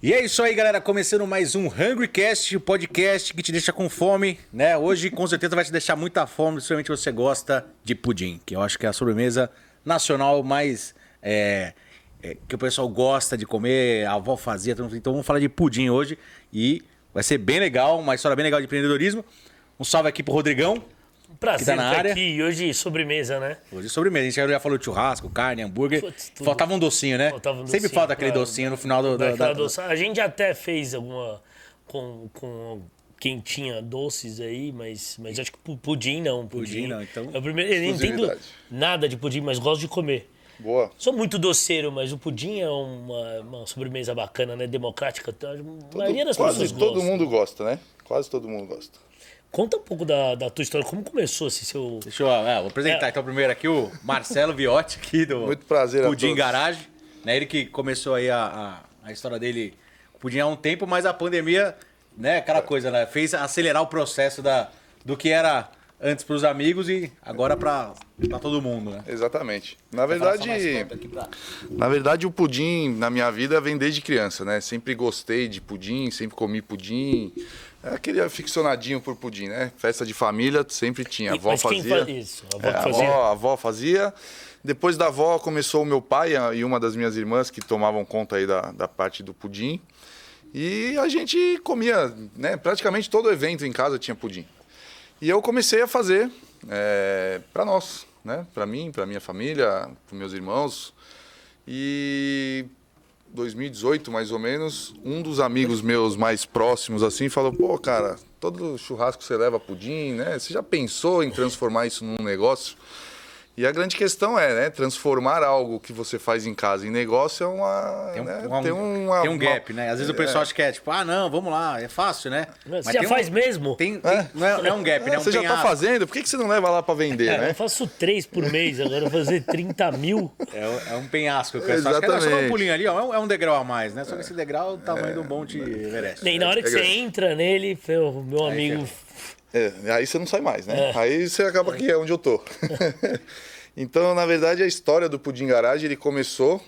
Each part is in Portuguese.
E é isso aí, galera. Começando mais um HungryCast, o podcast que te deixa com fome, né? Hoje, com certeza, vai te deixar muita fome, principalmente se você gosta de pudim, que eu acho que é a sobremesa nacional mais... que o pessoal gosta de comer, a avó fazia. Então vamos falar de pudim hoje e vai ser bem legal, uma história bem legal de empreendedorismo. Um salve aqui pro Rodrigão. Prazer que tá na estar área. aqui. E hoje sobremesa, né? Hoje sobremesa. A gente já falou de churrasco, carne, hambúrguer. Putz, tudo. Faltava um docinho, né? Faltava um Sempre docinho falta aquele docinho no final A gente até fez alguma com quem tinha doces aí, mas acho que pudim não. Pudim não, então... É o primeiro, eu não entendo nada de pudim, mas gosto de comer. Boa. Sou muito doceiro, mas o pudim é uma sobremesa bacana, né? Democrática. A maioria das pessoas Quase todo gosta. mundo gosta, né? Quase todo mundo gosta. Conta um pouco da tua história, como começou esse seu... Deixa eu vou apresentar então primeiro aqui o Marcelo Viotti, aqui do Muito prazer a Pudim todos. Garage. Né? Ele que começou aí a história dele, o pudim há um tempo, mas a pandemia, né, aquela coisa, né, fez acelerar o processo do que era antes para os amigos e agora para todo mundo, né? Exatamente. Vai falar só mais perto aqui Na verdade, o pudim na minha vida vem desde criança, né? Sempre gostei de pudim, sempre comi pudim. É aquele aficionadinho por pudim, né? Festa de família sempre tinha. A avó Mas quem fazia. faz isso? A avó que fazia? A avó fazia. Depois da avó começou o meu pai e uma das minhas irmãs que tomavam conta aí da parte do pudim. E a gente comia, né? Praticamente todo evento em casa tinha pudim. E eu comecei a fazer para nós, né? Para mim, para minha família, para meus irmãos. E 2018, mais ou menos, um dos amigos meus mais próximos assim falou: "Pô, cara, todo churrasco você leva pudim, né? Você já pensou em transformar isso num negócio?" E a grande questão é, né, transformar algo que você faz em casa em negócio é uma... Tem um gap, né? Às vezes o pessoal acha que é tipo, não, vamos lá, é fácil, né? Você já faz mesmo? Não é um gap, né? É um Você já penhasco. tá fazendo, por que você não leva lá para vender, né? Eu faço 3 por mês, agora eu vou fazer 30 mil. É um penhasco. Que acho que é só um pulinho ali, ó. É um degrau a mais, né? Só que esse degrau, o tamanho do Monte Everest. E na hora que você entra nele, o meu amigo... Aí você não sai mais, né? Aí você acaba que é onde eu tô. Então, na verdade, a história do Pudim Garage, ele começou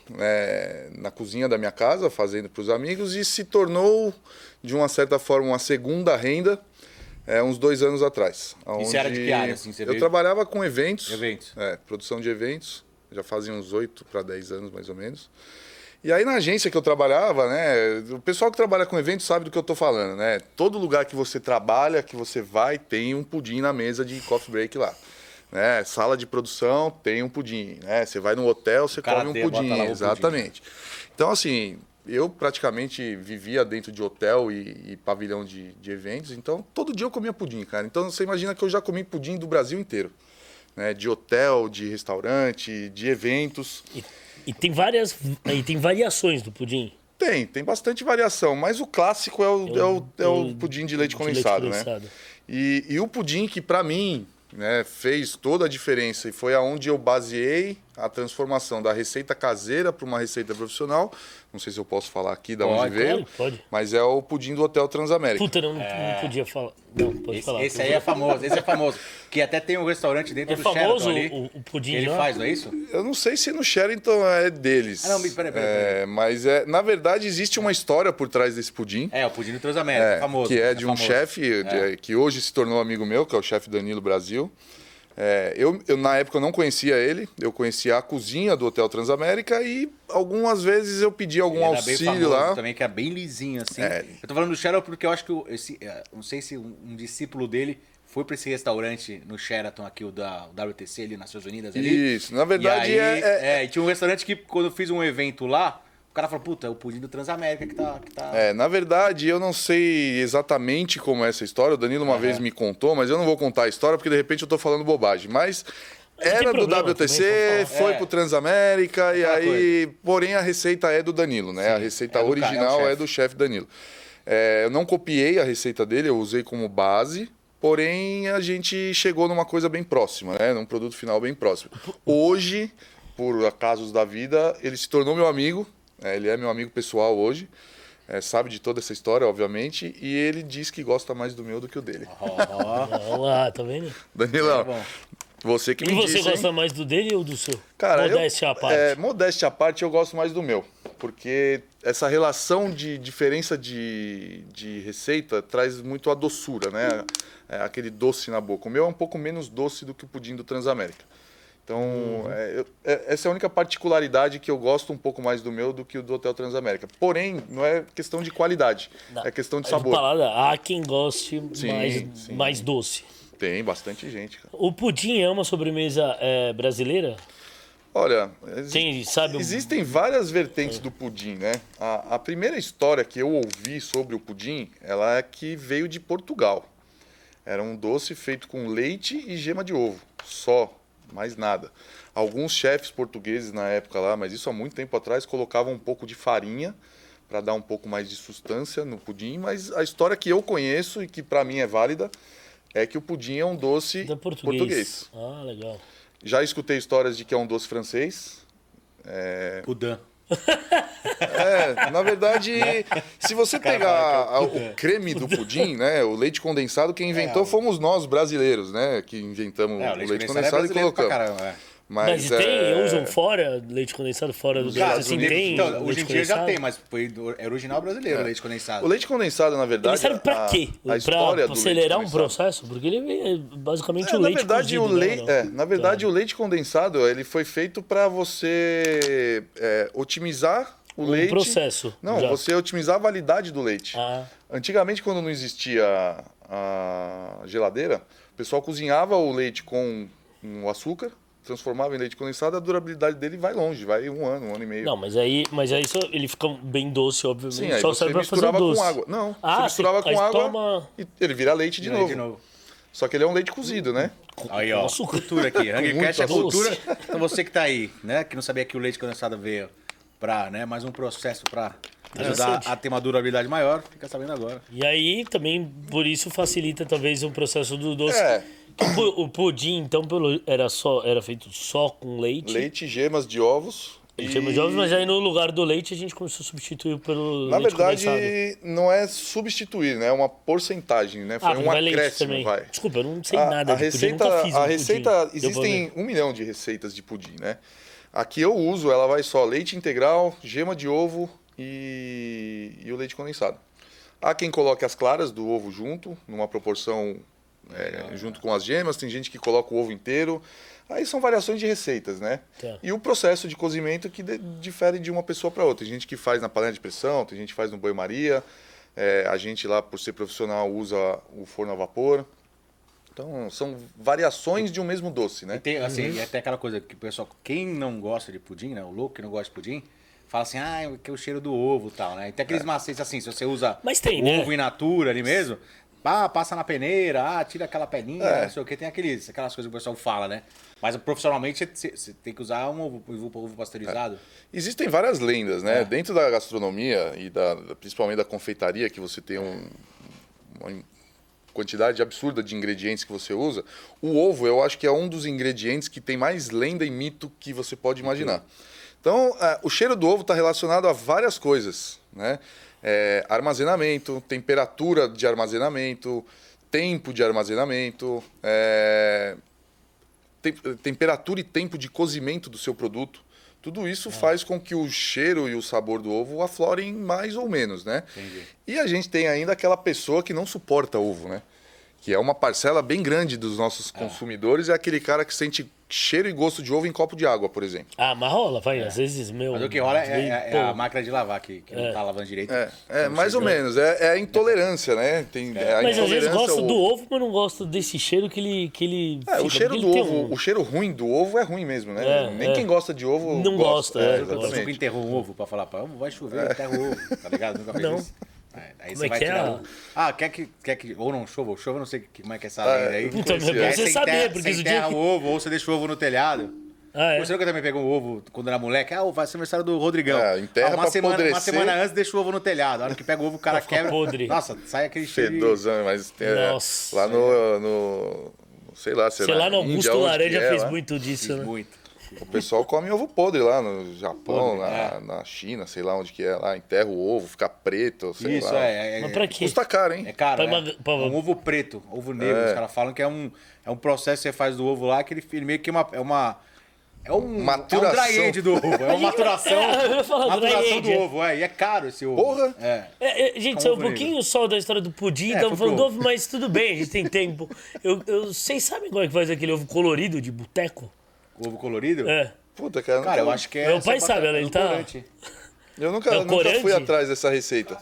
na cozinha da minha casa, fazendo para os amigos, e se tornou, de uma certa forma, uma segunda renda, uns 2 anos atrás. E você era de que área? Assim, eu trabalhava com eventos. Eventos. Produção de eventos. Já fazia uns 8 para 10 anos, mais ou menos. E aí, na agência que eu trabalhava, né, o pessoal que trabalha com eventos sabe do que eu tô falando, né? Todo lugar que você trabalha, que você vai, tem um pudim na mesa de coffee break lá. Né? Sala de produção, tem um pudim. Né? Você vai no hotel, você come um pudim. Exatamente. Então, assim, eu praticamente vivia dentro de hotel e pavilhão de eventos, então todo dia eu comia pudim, cara. Então, você imagina que eu já comi pudim do Brasil inteiro. Né? De hotel, de restaurante, de eventos. E tem variações do pudim? Tem bastante variação, mas o clássico é o pudim de leite condensado, né? E o pudim que, para mim, né, fez toda a diferença e foi aonde eu baseei a transformação da receita caseira para uma receita profissional. Não sei se eu posso falar aqui de onde veio, pode. Mas é o pudim do Hotel Transamérica. Puta, não podia falar. Não, pode falar. Esse aí é famoso, esse é famoso. Que até tem um restaurante dentro do Sheraton. É famoso ali, o pudim que ele faz, não é isso? Eu não sei se no Sheraton é deles. Não, peraí. Mas na verdade existe uma história por trás desse pudim. O pudim do Transamérica, famoso. Que é de um chefe que hoje se tornou amigo meu, que é o chefe Danilo Brasil. Eu, na época, eu não conhecia ele, eu conhecia a cozinha do Hotel Transamérica e algumas vezes eu pedi algum auxílio lá. Também, que é bem lisinho, assim. Eu tô falando do Sheraton porque eu acho que não sei se um discípulo dele foi para esse restaurante no Sheraton aqui, o da WTC ali, Nações Unidas ali. Isso, na verdade e tinha um restaurante que quando eu fiz um evento lá, o cara falou, puta, é o pudim do Transamérica que tá... Na verdade, eu não sei exatamente como é essa história. O Danilo uma vez me contou, mas eu não vou contar a história porque de repente eu tô falando bobagem. Mas era do WTC, foi pro Transamérica e aí... Porém, a receita é do Danilo, né? Sim, a receita original é do chefe Danilo. Eu não copiei a receita dele, eu usei como base... Porém, a gente chegou numa coisa bem próxima, né? Num produto final bem próximo. Hoje, por acasos da vida, ele se tornou meu amigo. Ele é meu amigo pessoal hoje. Sabe de toda essa história, obviamente. E ele diz que gosta mais do meu do que o dele. Olá, tá vendo? Danilão, você que me disse, E você gosta mais do dele ou do seu? Cara, modéstia à parte. Modéstia à parte, eu gosto mais do meu. porque essa relação de diferença de receita traz muito a doçura, né? Aquele doce na boca. O meu é um pouco menos doce do que o pudim do Transamérica. Então, essa é a única particularidade que eu gosto um pouco mais do meu do que o do Hotel Transamérica. Porém, não é questão de qualidade, é questão de sabor. Há quem goste mais doce. Tem bastante gente, cara. O pudim é uma sobremesa brasileira? Olha, sabe? Existem várias vertentes do pudim, né? A primeira história que eu ouvi sobre o pudim, ela é que veio de Portugal. Era um doce feito com leite e gema de ovo, só. Mais nada. Alguns chefes portugueses na época lá, mas isso há muito tempo atrás, colocavam um pouco de farinha para dar um pouco mais de sustância no pudim, mas a história que eu conheço e que para mim é válida é que o pudim é um doce português. Ah, legal. Já escutei histórias de que é um doce francês. Pudim. Na verdade, se você pegar o creme do pudim, né, o leite condensado, quem inventou fomos nós brasileiros, né, que inventamos o leite condensado e colocamos. Mas usam fora leite condensado fora do Brasil? Assim, tem então, hoje em dia já tem, mas é original brasileiro o leite condensado. O leite condensado, na verdade... Ele serve pra quê? Pra acelerar um processo? Porque ele é basicamente o leite cozido. Na verdade, o leite condensado ele foi feito para você otimizar o leite. Processo. Não, você otimizar a validade do leite. Antigamente, quando não existia a geladeira, o pessoal cozinhava o leite com o açúcar, transformava em leite condensado, a durabilidade dele vai longe, vai um ano e meio. Não, mas aí ele fica bem doce, obviamente. Sim, aí só você serve pra fazer misturava doce. com água. Não, você misturava com água e ele vira leite de novo. Só que ele é um leite cozido, né? Aí, ó, cultura aqui. Hungrycast é cultura. Então você que tá aí, né, que não sabia que o leite condensado veio para, né, mais um processo para ajudar a ter uma durabilidade maior, fica sabendo agora. E aí também, por isso, facilita talvez o processo do doce. O pudim, então, era feito só com leite. Leite, gemas de ovos. Gemas de ovos, mas aí no lugar do leite a gente começou a substituir pelo leite condensado. Na verdade, não é substituir, né? É uma porcentagem, né? Foi um acréscimo, vai. Desculpa, eu não sei nada de pudim, nunca fiz receita, existem 1 milhão de receitas de pudim, né? Aqui eu uso, ela vai só leite integral, gema de ovo e o leite condensado. Há quem coloque as claras do ovo junto, numa proporção... junto com as gemas, tem gente que coloca o ovo inteiro. Aí são variações de receitas, né? E o processo de cozimento que difere de uma pessoa para outra. Tem gente que faz na panela de pressão, tem gente que faz no banho-maria. A gente lá, por ser profissional, usa o forno a vapor. Então, são variações de um mesmo doce, né? E tem, assim, e até aquela coisa que o pessoal, quem não gosta de pudim, né? O louco que não gosta de pudim, fala assim, que é o cheiro do ovo e tal, né? E tem aqueles macetes assim, se você usa ovo in natura ali mesmo... passa na peneira, tira aquela peninha, não sei o que, tem aquelas coisas que o pessoal fala, né? Mas profissionalmente você tem que usar um ovo pasteurizado. Existem várias lendas, né? Dentro da gastronomia e principalmente da confeitaria, que você tem uma quantidade absurda de ingredientes que você usa, o ovo eu acho que é um dos ingredientes que tem mais lenda e mito que você pode imaginar. Então, o cheiro do ovo está relacionado a várias coisas, né? Armazenamento, temperatura de armazenamento, tempo de armazenamento, temperatura e tempo de cozimento do seu produto. Tudo isso faz com que o cheiro e o sabor do ovo aflorem mais ou menos, né? Entendi. E a gente tem ainda aquela pessoa que não suporta ovo, né? Que é uma parcela bem grande dos nossos consumidores, é aquele cara que sente cheiro e gosto de ovo em copo de água, por exemplo. Mas rola, às vezes, Mas o que rola é a máquina de lavar, que não tá lavando direito. Mais ou menos. É a intolerância, né? Mas às vezes gosto do ovo, mas não gosto desse cheiro que ele o cheiro do ovo, o cheiro ruim do ovo é ruim mesmo, né? Nem quem gosta de ovo não gosta. Você nunca enterrou um ovo pra falar, vai chover, enterra o ovo, tá ligado? Nunca fez isso. Aí como você vai tirar quer que ou não chova, eu não sei como é que é essa lenda aí. Então, você saber, porque você enterra o ovo ou você deixa o ovo no telhado. Você nunca também pegou um ovo quando era moleque? Vai ser aniversário do Rodrigão. Enterra uma semana antes deixa o ovo no telhado. A hora que pega o ovo, o cara quebra. Podre. Nossa, sai aquele cheiro. Fedozão, mas tem, lá no sei lá, no Augusto Laranja fez muito disso, né? Muito. O pessoal come ovo podre lá no Japão, na China, sei lá onde que é lá, enterra o ovo, fica preto, sei lá. Mas pra quê? Custa caro, hein? É caro, um ovo preto, ovo negro. Os caras falam que é um processo que você faz do ovo lá, que ele meio que é É um maturação. dry age do ovo. É uma maturação. Eu ia falar maturação dry do age. ovo, e é caro esse ovo. Porra! Gente, É saiu um um ovo pouquinho só da história do pudim, estamos foi falando do pro ovo, mas tudo bem, a gente tem tempo. Vocês sabem como é que faz aquele ovo colorido de boteco? Ovo colorido? É. Puta, cara. Cara, eu acho que é. Meu pai sabe, ele tá- corante. Eu nunca, É o nunca corante? fui atrás dessa receita.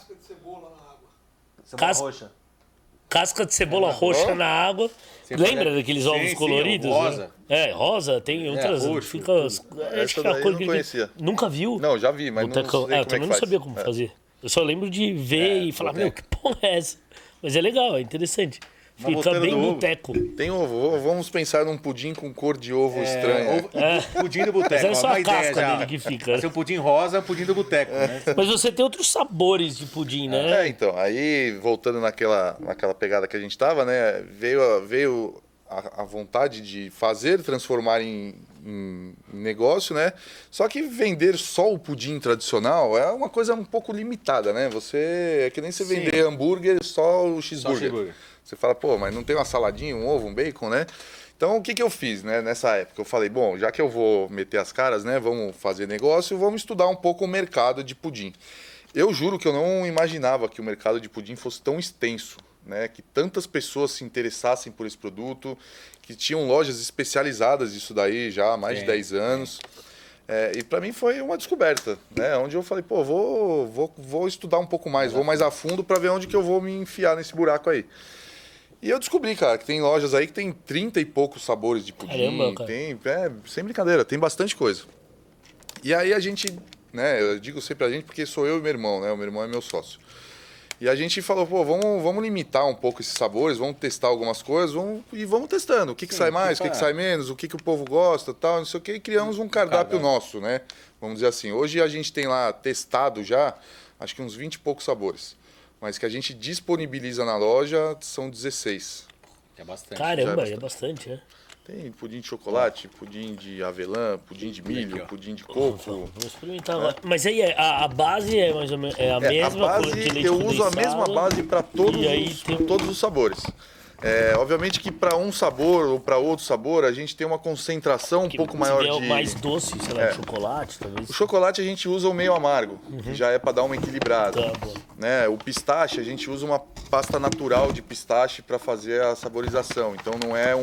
Cebola Cas- roxa. Casca de cebola roxa na água. Você Lembra faz- daqueles Sim, ovos sim, coloridos? rosa. Né? Rosa, tem outras. roxo. Fica, acho Essa que é a daí cor eu não que conhecia. Nunca viu? Não, já vi, mas não sei Botecão. como é Eu que também não faz. sabia como fazer. Eu só lembro de ver e falar, meu, que porra é essa? Mas é legal, é interessante. Mas Fica voltando bem do ovo. boteco. Tem ovo. Vamos pensar num pudim com cor de ovo estranha. Pudim do boteco. Mas é ó, só uma a ideia casca já. dele que fica. Vai ser um pudim rosa, pudim do boteco, né? Mas você tem outros sabores de pudim, né? Então, aí voltando naquela pegada que a gente tava, né? Veio a vontade de transformar em negócio, né? Só que vender só o pudim tradicional é uma coisa um pouco limitada, né? É que nem você vender hambúrguer, só o cheeseburger. cheeseburger. Você fala, pô, mas não tem uma saladinha, um ovo, um bacon, né? Então, o que eu fiz, né, nessa época? Eu falei, bom, já que eu vou meter as caras, né, vamos fazer negócio, vamos estudar um pouco o mercado de pudim. Eu juro que eu não imaginava que o mercado de pudim fosse tão extenso, né, que tantas pessoas se interessassem por esse produto, que tinham lojas especializadas nisso daí já há mais de 10 anos. E para mim foi uma descoberta, né, onde eu falei, pô, vou estudar um pouco mais, vou mais a fundo para ver onde que eu vou me enfiar nesse buraco aí. E eu descobri, cara, que tem lojas aí que tem 30 e poucos sabores de pudim. Caramba, cara. Sem brincadeira, tem bastante coisa. E aí a gente, né, eu digo sempre a gente porque sou eu e meu irmão, né, o meu irmão é meu sócio. E a gente falou, pô, vamos limitar um pouco esses sabores, vamos testar algumas coisas, vamos testando. O que sai mais, o que sai menos, o que o povo gosta, tal, não sei o que, e criamos um cardápio nosso, né? Vamos dizer assim. Hoje a gente tem lá testado já, acho que uns 20 e poucos sabores. Mas que a gente disponibiliza na loja são 16. É bastante. Caramba, já é é bastante, né? Tem pudim de chocolate, pudim de avelã, pudim de milho, pudim de coco. Vou experimentar agora. Mas aí a base é mais ou menos a mesma a coisa de base, leite eu uso a condensado. mesma base para E aí tem- todos os sabores. Obviamente que para um sabor ou para outro sabor a gente tem uma concentração um pouco maior Se de... vier mais doce, sei lá, chocolate, talvez. O chocolate a gente usa o meio amargo, que já é para dar uma equilibrada. Tá bom. Né? O pistache, a gente usa uma pasta natural de pistache para fazer a saborização. Então não é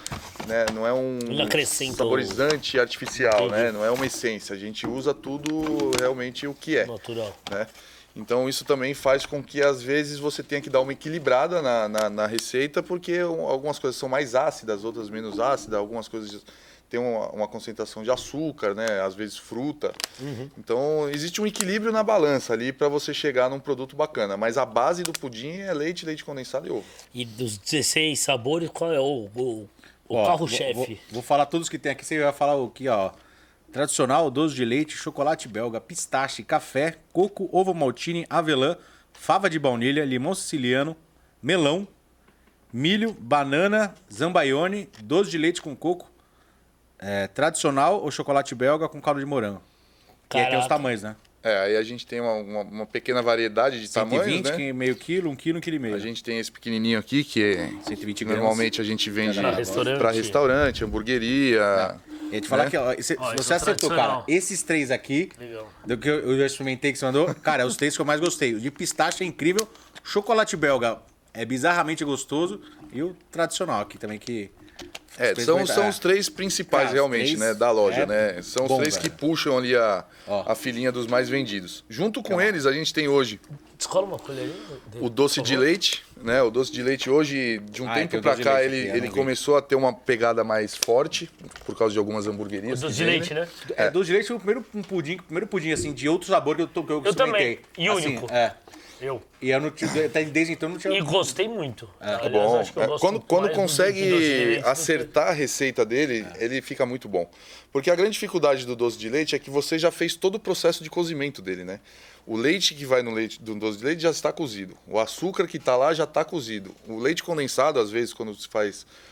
Ele acrescenta saborizante artificial, Entendi. né? Não é uma essência. A gente usa tudo realmente o que é. Natural. Né? Então isso também faz com que às vezes você tenha que dar uma equilibrada na receita, porque algumas coisas são mais ácidas, outras menos ácidas, algumas coisas têm uma concentração de açúcar, né? Às vezes fruta. Então existe um equilíbrio na balança ali para você chegar num produto bacana. Mas a base do pudim é leite condensado e ovo. E dos 16 sabores, qual é o Ó, carro-chefe? Vou falar todos que tem aqui. Você vai falar o que, ó. Tradicional, doce de leite, chocolate belga, pistache, café, coco, ovo maltine, avelã, fava de baunilha, limão siciliano, melão, milho, banana, zambaione, doce de leite com coco, tradicional ou chocolate belga com caldo de morango. Que aí tem os Caraca. tamanhos, né? Aí a gente tem uma pequena variedade de 120, tamanhos, né? que é meio quilo, 1 quilo, 1 quilo e meio. A gente tem esse pequenininho aqui, que é 120 gramas. normalmente a gente vende Pra restaurante. para restaurante, hamburgueria. E a te falar né? que, ó, esse é você o acertou, tradicional. cara. Esses três aqui, Legal. do que eu já experimentei que você mandou, cara, é os três que eu mais gostei. O de pistache é incrível, chocolate belga é bizarramente gostoso e o tradicional aqui também que... São os três principais Cara, realmente, os três né, da loja, é né? São bom, os três velho. que puxam ali a Ó. filinha dos mais vendidos. Junto com eles, a gente tem hoje Descola uma colherinha. o doce de leite, né? O doce de leite hoje, de um tem tempo o pra doce de cá, leite ele, aqui, ele né? começou a ter uma pegada mais forte, por causa de algumas hamburguerias. O doce que de tem, leite, né? Doce de leite foi o primeiro pudim assim, de outro sabor que eu Eu experimentei. também. E Assim, único. E eu não tive, até desde então não tinha... E gostei muito. Aliás, Bom, acho que eu gosto quando mais do doce de consegue leite do que- acertar a receita dele, ele fica muito bom. Porque a grande dificuldade do doce de leite é que você já fez todo o processo de cozimento dele, né? O leite que vai no leite do doce de leite já está cozido. O açúcar que está lá já está cozido. O leite condensado, às vezes, quando se faz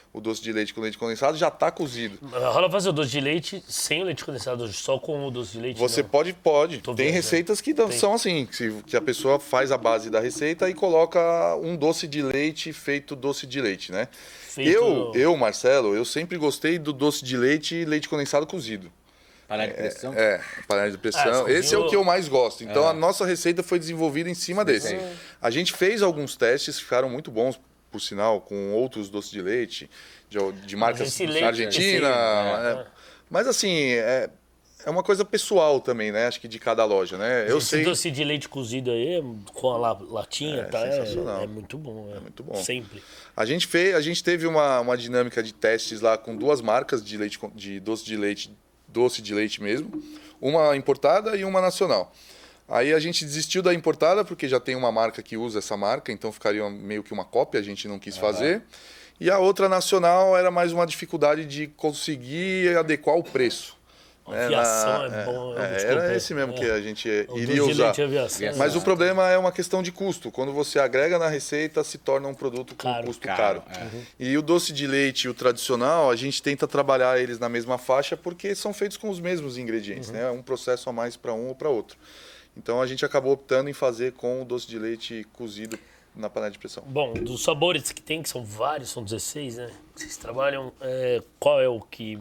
o doce de leite com leite condensado, já está cozido. Rola fazer o doce de leite sem o leite condensado, só com o doce de leite? Você não. pode. Tem viajando. receitas que são assim, que a pessoa faz a base da receita e coloca um doce de leite feito doce de leite, né? Eu, Marcelo, eu sempre gostei do doce de leite e leite condensado cozido. Panela de pressão? Panela de pressão. Esse é o que eu mais gosto. Então a nossa receita foi desenvolvida em cima desse. A gente fez alguns testes, ficaram muito bons, por sinal, com outros doces de leite, de marcas Argentina. Mas assim, é uma coisa pessoal também, né? Acho que de cada loja, né? Esse doce de leite cozido aí, com a latinha, sensacional. É muito bom. É muito bom. Sempre. A gente teve uma dinâmica de testes lá com 2 marcas de doce de leite mesmo, uma importada e uma nacional. Aí a gente desistiu da importada porque já tem uma marca que usa essa marca, então ficaria meio que uma cópia, a gente não quis fazer. E a outra nacional era mais uma dificuldade de conseguir adequar o preço. Aviação é bom. Era esse mesmo que a gente iria usar. Mas o problema é uma questão de custo. Quando você agrega na receita, se torna um produto com custo caro. E o doce de leite, o tradicional, a gente tenta trabalhar eles na mesma faixa porque são feitos com os mesmos ingredientes. Né? Um processo a mais para um ou para outro. Então a gente acabou optando em fazer com o doce de leite cozido na panela de pressão. Bom, dos sabores que tem, que são vários, são 16, né? Vocês trabalham, qual é o que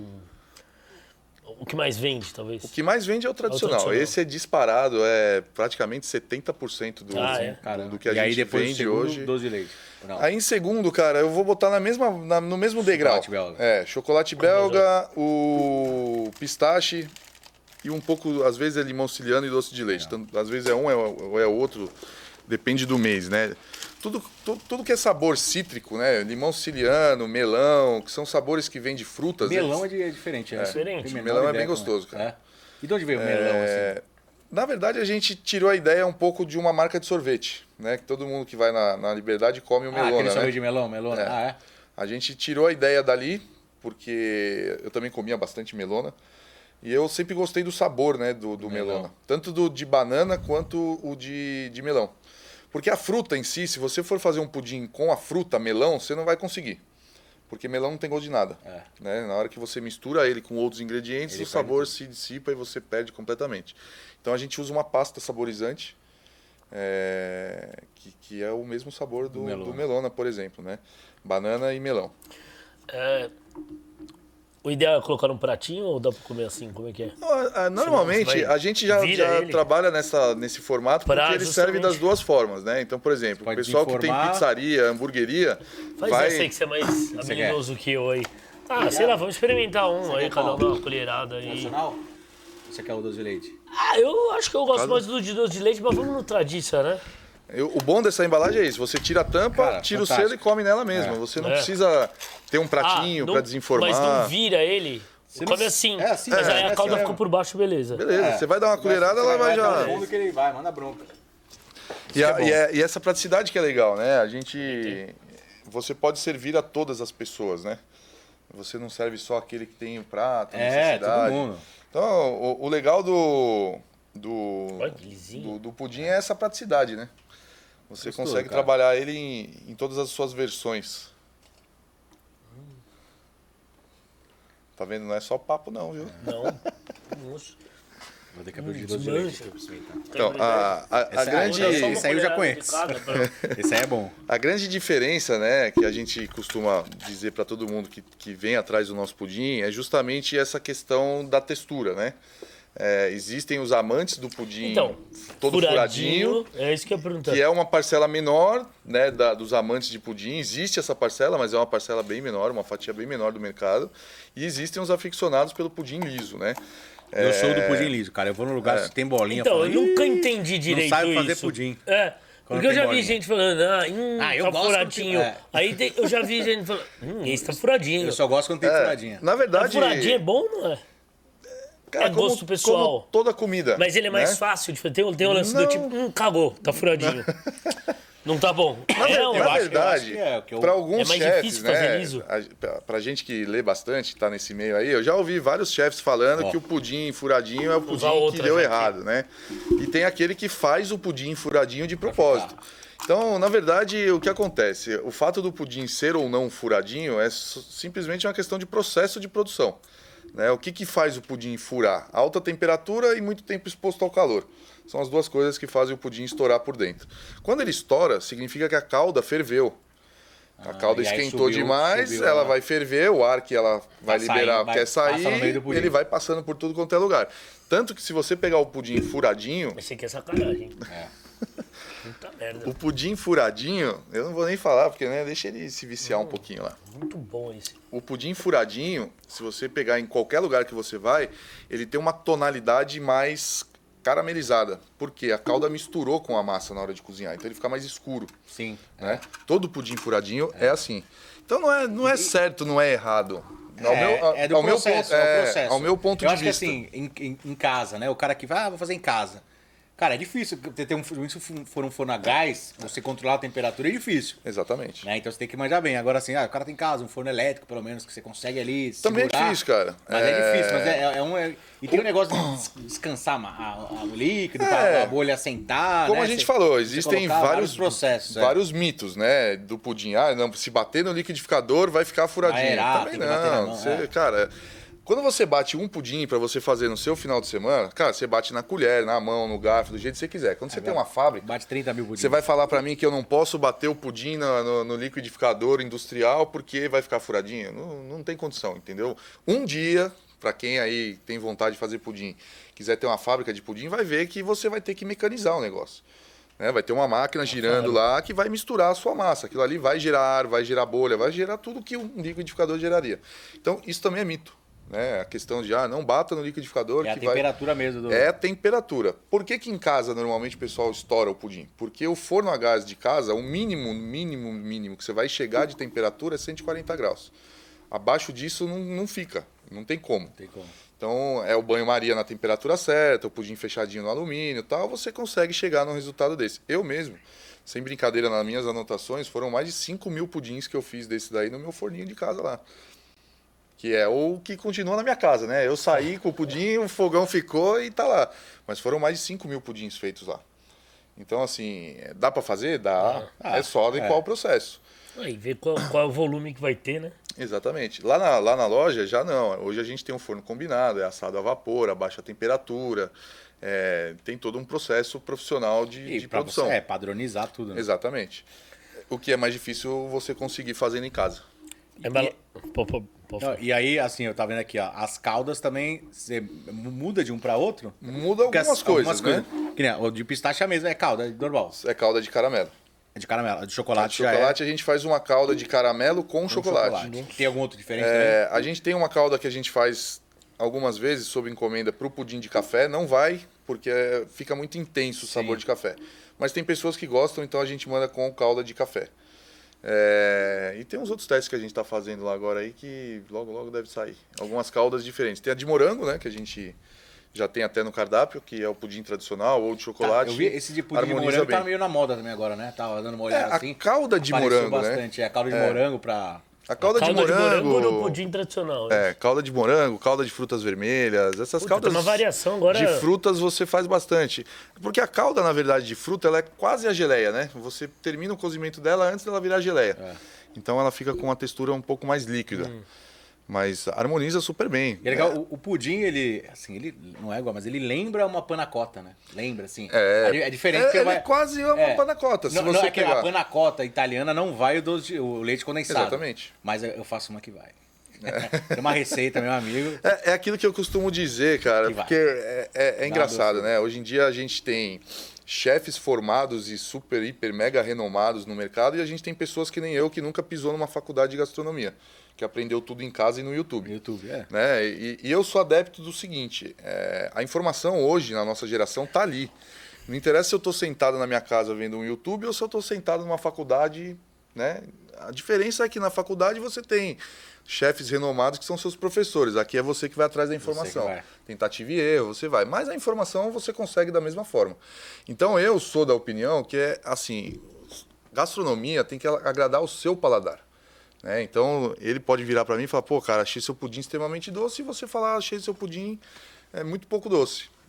mais vende, talvez? O que mais vende é o tradicional. Esse é disparado, é praticamente 70% do que a gente vende hoje. Doce de leite. Não. Aí em segundo, cara, eu vou botar no mesmo degrau. Chocolate belga. Chocolate belga, o pistache e um pouco, às vezes é limão siciliano e doce de leite. Então, às vezes é um ou é outro, depende do mês, né? Tudo que é sabor cítrico, né? Limão siciliano, melão, que são sabores que vêm de frutas. Melão é diferente, né? Diferente. Melão é bem gostoso, cara. E de onde veio o melão, assim? Na verdade, a gente tirou a ideia um pouco de uma marca de sorvete, né? Que todo mundo que vai na Liberdade come o melona, aquele sorvete né? de melona. A gente tirou a ideia dali, porque eu também comia bastante melona. E eu sempre gostei do sabor, né, do melona. Tanto de banana quanto o de melão. Porque a fruta em si, se você for fazer um pudim com a fruta, melão, você não vai conseguir. Porque melão não tem gosto de nada. Né? Na hora que você mistura ele com outros ingredientes, o sabor se dissipa e você perde completamente. Então a gente usa uma pasta saborizante, que é o mesmo sabor do melona, por exemplo. Né? Banana e melão. O ideal é colocar num pratinho ou dá pra comer assim? Como é que é? Normalmente, a gente já trabalha nesse formato porque ele serve das duas formas, né? Então, por exemplo, o pessoal que tem pizzaria, hamburgueria... Faz essa aí que você é mais habilidoso que eu aí. Sei lá, vamos experimentar aí, cada um dá uma colherada aí. Tradicional? Você quer o doce de leite? Eu acho que eu gosto mais do de doce de leite, mas vamos no tradiça, né? O bom dessa embalagem é isso, você tira a tampa, tira o selo e come nela mesma. Você não precisa ter um pratinho para desenformar. Mas não vira ele, come assim. Mas aí a calda ficou por baixo, beleza. Beleza, você vai dar uma colherada, ela vai já... Fundo que ele vai, manda bronca. E essa praticidade que é legal, né? Você pode servir a todas as pessoas, né? Você não serve só aquele que tem o prato, necessidade. Todo mundo. Então, o legal do pudim é essa praticidade, né? Você consegue trabalhar ele em todas as suas versões. Tá vendo? Não é só papo não, viu? Não. Nossa. Vou ter que abrir o de doce de leite pra experimentar. Então, a grande... Esse aí eu já conheço. Esse aí é bom. A grande diferença, né, que a gente costuma dizer para todo mundo que vem atrás do nosso pudim é justamente essa questão da textura, né? Existem os amantes do pudim todo furadinho. É isso que eu ia perguntar. Que é uma parcela menor, né, dos amantes de pudim. Existe essa parcela, mas é uma parcela bem menor, uma fatia bem menor do mercado. E existem os aficionados pelo pudim liso, né? Eu sou do pudim liso, cara. Eu vou num lugar que tem bolinha. Então, eu nunca entendi direito isso. Não sabe fazer pudim. Porque eu já vi gente falando, tá furadinho. Aí eu já vi gente falando, esse tá furadinho. Eu só gosto quando tem furadinha. Na verdade... Furadinho é bom ou não é? Cara, gosto pessoal. Como toda comida. Mas ele é mais fácil de fazer. Tem um lance do tipo, cagou, tá furadinho. Não tá bom. Na verdade, para alguns mais chefes, difícil fazer liso. Pra gente que lê bastante, tá nesse meio aí, eu já ouvi vários chefes falando que o pudim furadinho é o pudim que deu errado, né? E tem aquele que faz o pudim furadinho de propósito. Então, na verdade, o que acontece? O fato do pudim ser ou não furadinho é simplesmente uma questão de processo de produção. Né? O que faz o pudim furar? Alta temperatura e muito tempo exposto ao calor. São as duas coisas que fazem o pudim estourar por dentro. Quando ele estoura, significa que a calda ferveu. A calda esquentou demais, ela vai ferver, o ar que ela vai liberar quer sair, ele vai passando por tudo quanto é lugar. Tanto que se você pegar o pudim furadinho... Esse aqui é sacanagem. Puta merda. O pudim furadinho, eu não vou nem falar, porque né, deixa ele se viciar um pouquinho lá. Muito bom esse. O pudim furadinho, se você pegar em qualquer lugar que você vai, ele tem uma tonalidade mais caramelizada. Porque a calda misturou com a massa na hora de cozinhar, então ele fica mais escuro. Sim. Né? Todo pudim furadinho é assim. Então não é certo, não é errado. É do processo, é o processo. Ao meu ponto eu de acho vista. que assim, em casa, né? O cara que vai, vou fazer em casa. Cara, é difícil. Se for um forno a gás, você controlar a temperatura é difícil. Exatamente. Né? Então você tem que manjar bem. Agora assim, o cara tem em casa, um forno elétrico, pelo menos, que você consegue ali Também segurar. é difícil, cara. Mas é difícil, mas e tem um negócio de descansar o líquido, pra a bolha assentar. Como né? a gente falou, existem vários processos. Vários mitos, né? Do pudim. Não, se bater no liquidificador vai ficar furadinho. Também não. Cara, quando você bate um pudim pra você fazer no seu final de semana, cara, você bate na colher, na mão, no garfo, do jeito que você quiser. Quando você tem uma fábrica... Bate 30 mil pudins. Você vai falar pra mim que eu não posso bater o pudim no liquidificador industrial porque vai ficar furadinho? Não tem condição, entendeu? Um dia, pra quem aí tem vontade de fazer pudim, quiser ter uma fábrica de pudim, vai ver que você vai ter que mecanizar o negócio. Né? Vai ter uma máquina girando lá que vai misturar a sua massa. Aquilo ali vai gerar ar, vai gerar bolha, vai gerar tudo que um liquidificador geraria. Então, isso também é mito. Né? A questão de, não bata no liquidificador. É a temperatura mesmo. É a temperatura. Por que em casa, normalmente, o pessoal estoura o pudim? Porque o forno a gás de casa, o mínimo que você vai chegar de temperatura é 140 graus. Abaixo disso não fica. Não tem como. Então, é o banho-maria na temperatura certa, o pudim fechadinho no alumínio e tal, você consegue chegar num resultado desse. Eu mesmo, sem brincadeira, nas minhas anotações, foram mais de 5 mil pudins que eu fiz desse daí no meu forninho de casa lá. Que é o que continua na minha casa, né? Eu saí com o pudim, o fogão ficou e tá lá. Mas foram mais de 5 mil pudins feitos lá. Então, assim, dá para fazer? Dá. É só adequar o processo. Aí, ver qual é o volume que vai ter, né? Exatamente. Lá na loja, já não. Hoje a gente tem um forno combinado, é assado a vapor, a baixa temperatura. Tem todo um processo profissional de produção. Padronizar tudo. Né? Exatamente. O que é mais difícil você conseguir fazendo em casa. E aí, assim, eu tava vendo aqui, ó, as caldas também, você muda de um para outro? Muda algumas coisas, né? Que nem o de pistache mesmo, é calda normal. É calda de caramelo. É de caramelo, de chocolate. De chocolate a gente faz uma calda de caramelo com chocolate. Tem algum outro diferente também? A gente tem uma calda que a gente faz algumas vezes sob encomenda para o pudim de café. Não vai, porque fica muito intenso o sabor de café. Mas tem pessoas que gostam, então a gente manda com calda de café. E tem uns outros testes que a gente está fazendo lá agora aí que logo deve sair. Algumas caldas diferentes. Tem a de morango, né, que a gente já tem até no cardápio, que é o pudim tradicional ou de chocolate. Eu vi esse de pudim de morango tá meio na moda também agora, né? Tava dando uma olhada assim. A calda de morango, bastante. né? A calda de morango para... A calda de morango no pudim tradicional. Calda de morango, calda de frutas vermelhas, essas caldas tem uma variação agora... de frutas você faz bastante. Porque a calda, na verdade, de fruta, ela é quase a geleia, né? Você termina o cozimento dela antes dela virar geleia. Então ela fica com uma textura um pouco mais líquida. Mas harmoniza super bem. E é legal, o pudim, ele não é igual, mas ele lembra uma panna cotta, né? Lembra, assim. É diferente. Ele é quase uma panna cotta. Se você pegar... A panna cotta italiana não vai o leite condensado. Exatamente. Mas eu faço uma que vai. Tem uma receita, meu amigo. É aquilo que eu costumo dizer, cara, porque é engraçado, né? Hoje em dia a gente tem chefes formados e super, hiper, mega renomados no mercado e a gente tem pessoas que nem eu, que nunca pisou numa faculdade de gastronomia, que aprendeu tudo em casa e no YouTube. Né? E eu sou adepto do seguinte, a informação hoje na nossa geração tá ali. Não interessa se eu estou sentado na minha casa vendo um YouTube ou se eu estou sentado numa faculdade, né? A diferença é que na faculdade você tem chefes renomados que são seus professores. Aqui é você que vai atrás da informação. Tentativa e erro, você vai. Mas a informação você consegue da mesma forma. Então eu sou da opinião que assim, gastronomia tem que agradar o seu paladar. Né? Então ele pode virar para mim e falar, pô, cara, achei seu pudim extremamente doce, e você falar, achei seu pudim muito pouco doce.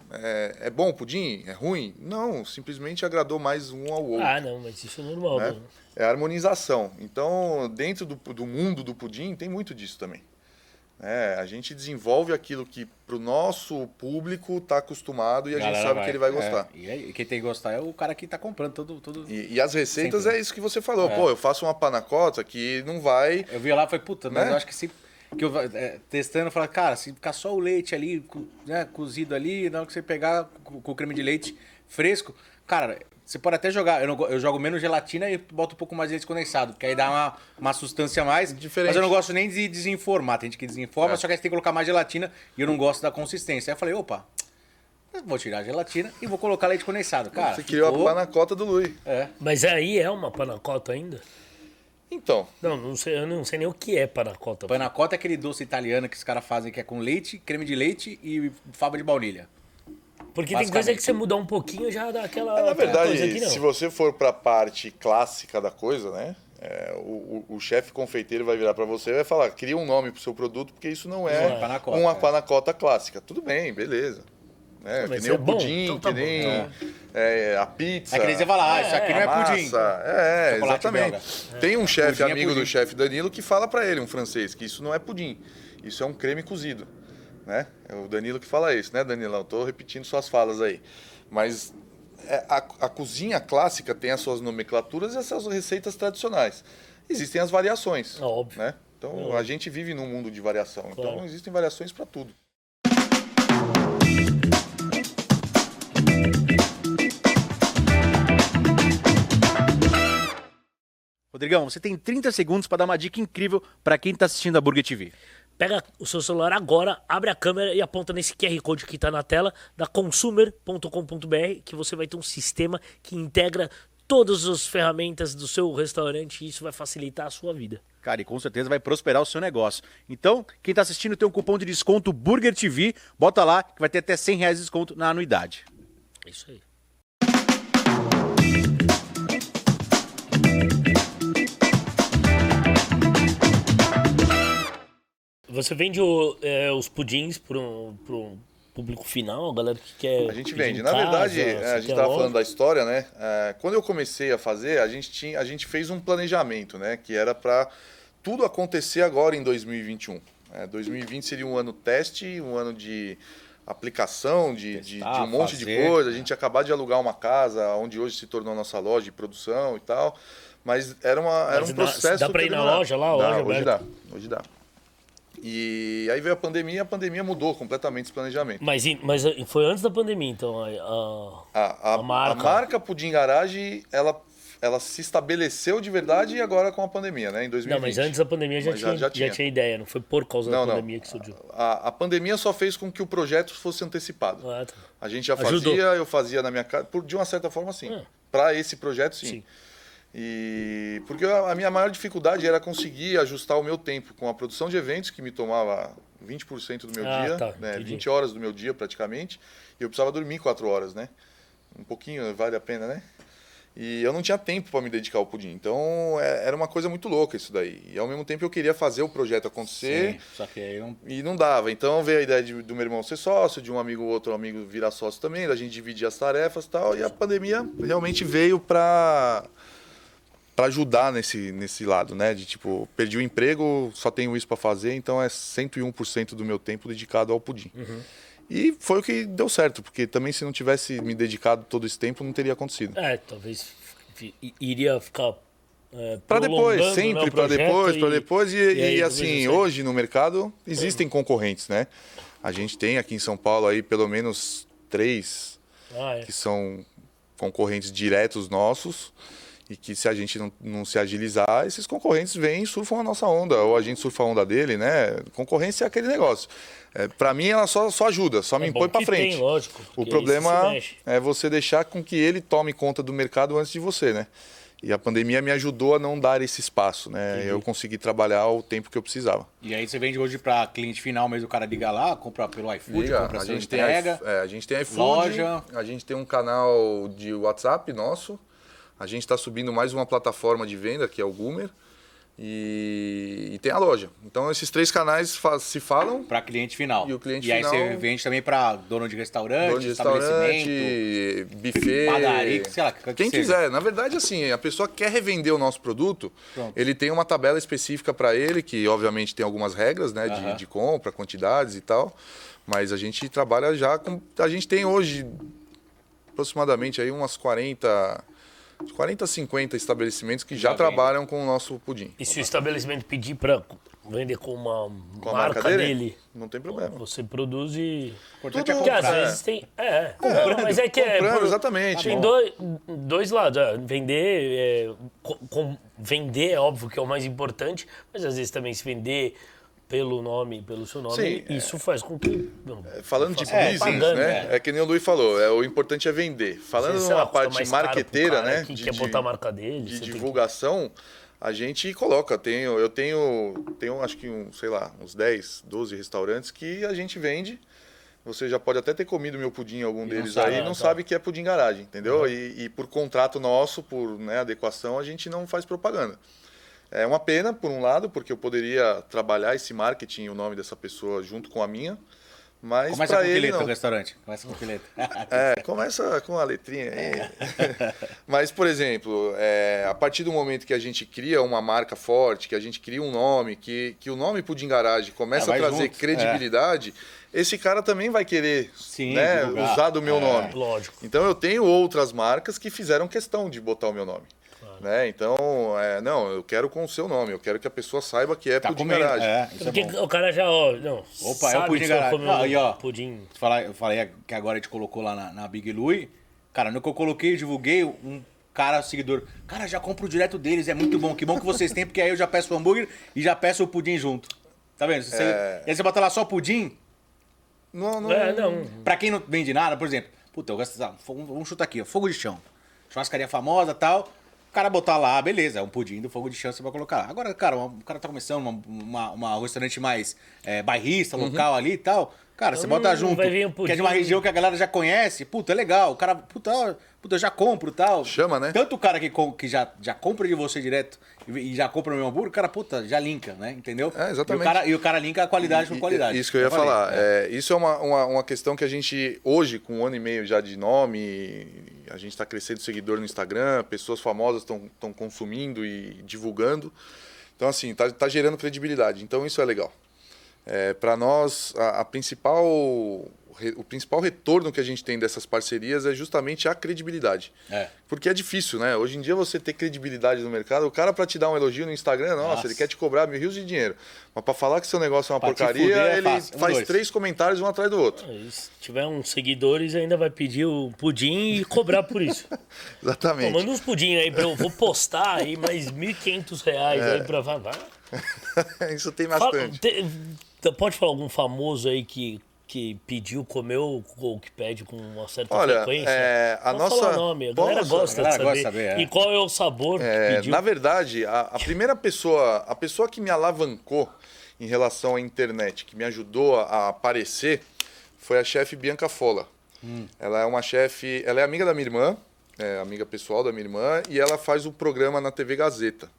É bom o pudim? É ruim? Não, simplesmente agradou mais um ao outro. Ah, não, mas isso é normal, né? mano. É a harmonização. Então, dentro do mundo do pudim, tem muito disso também. A gente desenvolve aquilo que pro nosso público está acostumado e a gente sabe que ele vai gostar. E quem tem que gostar é o cara que está comprando tudo. E as receitas sempre. É isso que você falou. Pô, eu faço uma panacota que não vai... Eu vi lá e falei, puta, mas Né? eu acho que se... Que eu, testando, eu falei, cara, se ficar só o leite ali, né, cozido ali, na hora que você pegar com o creme de leite fresco, cara, você pode até jogar, eu jogo menos gelatina e boto um pouco mais de leite condensado, porque aí dá uma sustância a mais. Diferente. Mas eu não gosto nem de desenformar, tem gente que desenforma, só que aí você tem que colocar mais gelatina e eu não gosto da consistência. Aí eu falei, opa, eu vou tirar a gelatina e vou colocar leite condensado, cara. Você criou a panacota do Lui. Mas aí é uma panacota ainda? Então, Não sei, eu não sei nem o que é panacota. Panacota é aquele doce italiano que os caras fazem que é com leite, creme de leite e fava de baunilha. Porque tem coisa que você mudar um pouquinho já dá aquela na verdade, coisa aqui, não. se você for para a parte clássica da coisa, né? O chefe confeiteiro vai virar para você e vai falar, cria um nome pro seu produto, porque isso não é panacota, uma panacota clássica. Tudo bem, beleza. Que mas nem é o pudim, bom, então tá que nem a pizza. Aí que nem você fala, isso aqui não é pudim. Massa. Chocolate Exatamente. belga. Tem um chefe Pudim é amigo pudim. do chefe Danilo que fala para ele, um francês, que isso não é pudim, isso é um creme cozido. Né? É o Danilo que fala isso, né, Danilão? Tô repetindo suas falas aí. Mas a cozinha clássica tem as suas nomenclaturas e as suas receitas tradicionais. Existem as variações. Óbvio. Né? Então a gente vive num mundo de variação. Claro. Então existem variações para tudo. Rodrigão, você tem 30 segundos para dar uma dica incrível para quem tá assistindo a Burger TV. Pega o seu celular agora, abre a câmera e aponta nesse QR Code que está na tela da consumer.com.br, que você vai ter um sistema que integra todas as ferramentas do seu restaurante e isso vai facilitar a sua vida. Cara, e com certeza vai prosperar o seu negócio. Então, quem tá assistindo tem um cupom de desconto Burger TV, bota lá que vai ter até R$100 de desconto na anuidade. É isso aí. Você vende os pudins para um público final, a galera que quer. A gente pedir vende. em Na casa, verdade, você a gente quer estava logo. falando da história, né? Quando eu comecei a fazer, a gente fez um planejamento, né? Que era para tudo acontecer agora em 2021. 2020 seria um ano teste, um ano de aplicação de um monte de coisa. A gente ia acabar de alugar uma casa, onde hoje se tornou nossa loja de produção e tal. Mas era um processo. Dá para ir na demorava. loja lá? Dá, Loja aberta? hoje dá. E aí veio a pandemia mudou completamente esse planejamento. Mas foi antes da pandemia, então. A marca Pudim Garage, ela se estabeleceu de verdade agora com a pandemia, né? Em 2020. Não, mas antes da pandemia já tinha ideia, não foi por causa da pandemia que surgiu. A pandemia só fez com que o projeto fosse antecipado. Ah, tá. A gente já Ajudou. eu fazia na minha casa, de uma certa forma, sim. Para esse projeto, sim. Sim. E porque a minha maior dificuldade era conseguir ajustar o meu tempo com a produção de eventos, que me tomava 20% do meu dia, tá, né? entendi. 20 horas do meu dia praticamente, e eu precisava dormir 4 horas, né? Um pouquinho vale a pena, né? E eu não tinha tempo para me dedicar ao pudim. Então era uma coisa muito louca isso daí. E ao mesmo tempo eu queria fazer o projeto acontecer. Sim, só que aí não... E não dava. Então veio a ideia do meu irmão ser sócio, de um amigo outro amigo virar sócio também, da gente dividir as tarefas e tal. E a pandemia realmente veio para ajudar nesse lado, né? De tipo, perdi o emprego, só tenho isso para fazer, então é 101% do meu tempo dedicado ao pudim. E foi o que deu certo, porque também se não tivesse me dedicado todo esse tempo, não teria acontecido. Talvez iria ficar. Para depois, prolongando, sempre né, o para projeto depois. e aí, Assim, talvez hoje no mercado existem concorrentes, né? A gente tem aqui em São Paulo aí pelo menos 3 que são concorrentes diretos nossos. E que se a gente não se agilizar, esses concorrentes vêm e surfam a nossa onda, ou a gente surfa a onda dele, né? Concorrência é aquele negócio. Para mim, ela só ajuda, só me impõe para frente. Tem, lógico, O problema é você deixar com que ele tome conta do mercado antes de você, né? E a pandemia me ajudou a não dar esse espaço, né? Entendi. Eu consegui trabalhar o tempo que eu precisava. E aí você vende hoje para cliente final mesmo, o cara liga lá, compra pelo iFood, compra a sua gente entrega. a gente tem iFood, loja. a gente tem um canal de WhatsApp nosso. A gente está subindo mais uma plataforma de venda, que é o Goomer. e tem a loja. Então esses 3 canais se falam Para cliente final. E o cliente final. final. E aí você vende também para dono de restaurante, estabelecimento, buffet, padaria, sei lá, quem quiser. Na verdade, assim, a pessoa quer revender o nosso produto, ele tem uma tabela específica para ele, que obviamente tem algumas regras, né, de compra, quantidades e tal. Mas a gente trabalha já com... A gente tem hoje aproximadamente aí umas 40, 50 estabelecimentos que já trabalham com o nosso pudim. E se o estabelecimento pedir para vender com uma Com a marca dele, não tem problema. você produz e... Importante é Porque às comprar. vezes tem... mas é que comprando, exatamente. Tem dois lados. Vender, vender é óbvio que é o mais importante, mas às vezes também se vender pelo nome, pelo seu nome, Sim, isso faz com que... Falando de business, né? É que nem o Luiz falou, o importante é vender. Falando numa parte marqueteira, né? Que quer botar a marca dele. De divulgação, a gente coloca. Eu tenho acho que uns 10, 12 restaurantes que a gente vende. Você já pode até ter comido meu pudim, algum deles aí, não sabe que é pudim garagem, entendeu? E por contrato nosso, por adequação, a gente não faz propaganda. É uma pena, por um lado, porque eu poderia trabalhar esse marketing, o nome dessa pessoa, junto com a minha, mas Começa para com ele fileta não. o restaurante. Começa com fileta. Começa com a letrinha aí. Mas, por exemplo, a partir do momento que a gente cria uma marca forte, que a gente cria um nome, que o nome Pudim Garage começa a trazer credibilidade, esse cara também vai querer usar do meu nome. Lógico. Então, eu tenho outras marcas que fizeram questão de botar o meu nome. Né? Então, eu quero com o seu nome, eu quero que a pessoa saiba que é Pudim Garage. Porque o cara já, Opa, é o Pudim Garage. Aí, pudim. Eu falei que agora a gente colocou lá na Big Louie. Cara, no que eu coloquei, eu divulguei, um cara, seguidor. Cara, já compro direto deles, é muito bom. Que bom que vocês têm, porque aí eu já peço o hambúrguer e já peço o pudim junto. Tá vendo? E aí você bota lá só pudim. Não. Pra quem não vende nada, por exemplo, puta, eu gosto. Vamos chutar aqui, ó, fogo de chão. Churrascaria famosa e tal. O cara botar lá, beleza, é um pudim do fogo de chão, você vai colocar lá. Agora, cara, o cara tá começando um restaurante mais bairrista, local ali e tal. Cara, você bota junto, que é de uma região que a galera já conhece. Puta, é legal. O cara, puta, eu já compro e tal. Chama, né? Tanto o cara que já compra de você direto e já compra o meu hambúrguer, o cara, puta, já linka, né? Entendeu? Exatamente. E o cara linka a qualidade com qualidade. Isso que eu ia falar. Isso é uma questão que a gente, hoje, com 1 ano e meio já de nome, a gente está crescendo seguidor no Instagram, pessoas famosas estão consumindo e divulgando. Então, assim, tá gerando credibilidade. Então, isso é legal. Para nós, o principal retorno que a gente tem dessas parcerias é justamente a credibilidade. Porque é difícil, né? Hoje em dia você ter credibilidade no mercado, o cara para te dar um elogio no Instagram, nossa, ele quer te cobrar rios de dinheiro. Mas para falar que seu negócio é uma porcaria, ele faz 3 comentários um atrás do outro. Se tiver uns seguidores, ainda vai pedir o pudim e cobrar por isso. Exatamente. Manda uns pudim aí, eu vou postar aí mais R$1.500 aí pra... Vai. Isso tem bastante. Pode falar algum famoso aí que pediu, comeu ou que pede com uma certa frequência? Falar nome, a galera gosta de saber. E qual é o sabor que pediu? Na verdade, a primeira pessoa, a pessoa que me alavancou em relação à internet, que me ajudou a aparecer, foi a chefe Bianca Fola. Ela é uma chefe, ela é amiga da minha irmã, amiga pessoal da minha irmã, e ela faz o programa na TV Gazeta.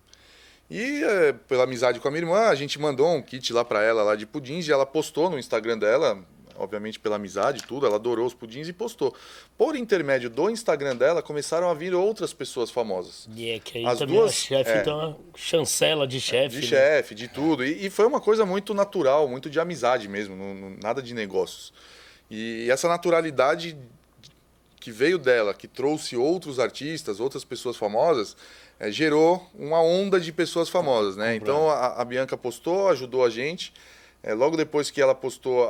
E pela amizade com a minha irmã, a gente mandou um kit lá para ela lá de pudins e ela postou no Instagram dela, obviamente pela amizade e tudo, ela adorou os pudins e postou. Por intermédio do Instagram dela, começaram a vir outras pessoas famosas. E que aí também a chefe tem uma chancela de chefe. De chefe, de tudo. E foi uma coisa muito natural, muito de amizade mesmo, nada de negócios. E essa naturalidade que veio dela, que trouxe outros artistas, outras pessoas famosas, gerou uma onda de pessoas famosas, né? Então a Bianca postou, ajudou a gente. Logo depois que ela postou,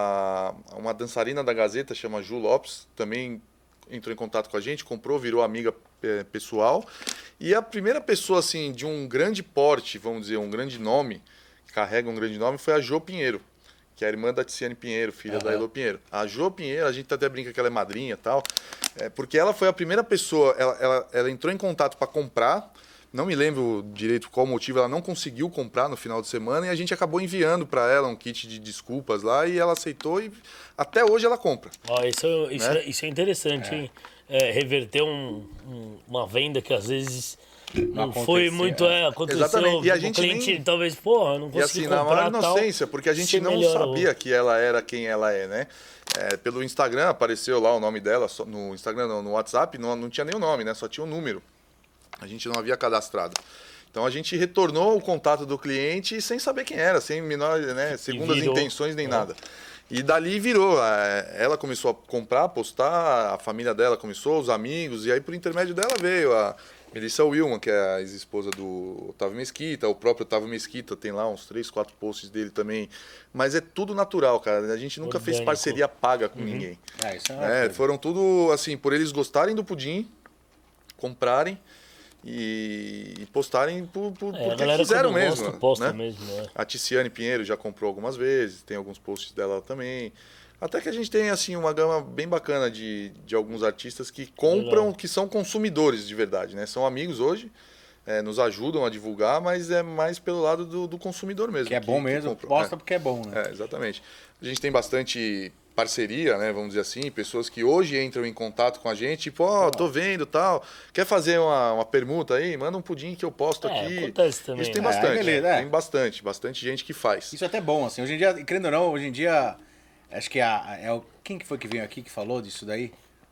uma dançarina da Gazeta, chama Ju Lopes, também entrou em contato com a gente, comprou, virou amiga pessoal. E a primeira pessoa assim de um grande porte, vamos dizer, um grande nome, que carrega um grande nome, foi a Jo Pinheiro, que é a irmã da Tiziane Pinheiro, filha da Elô Pinheiro. A Jo Pinheiro, a gente até brinca que ela é madrinha e tal, porque ela foi a primeira pessoa, ela entrou em contato para comprar, não me lembro direito qual motivo, ela não conseguiu comprar no final de semana e a gente acabou enviando para ela um kit de desculpas lá e ela aceitou e até hoje ela compra. Isso é interessante, hein? Reverter uma venda que às vezes Não foi muito, aconteceu. Exatamente. E a o gente cliente nem... talvez, porra, não E consegui assim, na comprar maior tal. inocência, porque a gente Você não melhorou. sabia que ela era quem ela é, né? Pelo Instagram apareceu lá o nome dela, no Instagram não, no WhatsApp não tinha nem o nome, né? Só tinha o número. A gente não havia cadastrado. Então a gente retornou o contato do cliente sem saber quem era, sem menor, né, segundas intenções nem nada. E dali virou. Ela começou a comprar, postar, a família dela começou, os amigos, e aí por intermédio dela veio a Melissa Wilman, que é a ex-esposa do Otávio Mesquita, o próprio Otávio Mesquita tem lá uns 3, 4 posts dele também. Mas é tudo natural, cara. A gente nunca fez parceria paga com ninguém. Isso é foram tudo assim, por eles gostarem do pudim, comprarem e postarem porque quiseram mesmo. Posta né? mesmo, A Ticiane Pinheiro já comprou algumas vezes, tem alguns posts dela também. Até que a gente tem assim uma gama bem bacana de alguns artistas que compram, que são consumidores de verdade, né? São amigos hoje, nos ajudam a divulgar, mas é mais pelo lado do consumidor mesmo. Que é bom mesmo, posta porque é bom, né? Exatamente. A gente tem bastante parceria, né, vamos dizer assim, pessoas que hoje entram em contato com a gente, tipo, tô vendo tal, quer fazer uma permuta aí? Manda um pudim que eu posto aqui. Acontece também. Isso tem bastante, tem bastante gente que faz. Isso é até bom, assim, hoje em dia, querendo ou não, hoje em dia, acho que quem que foi que veio aqui que falou disso daí?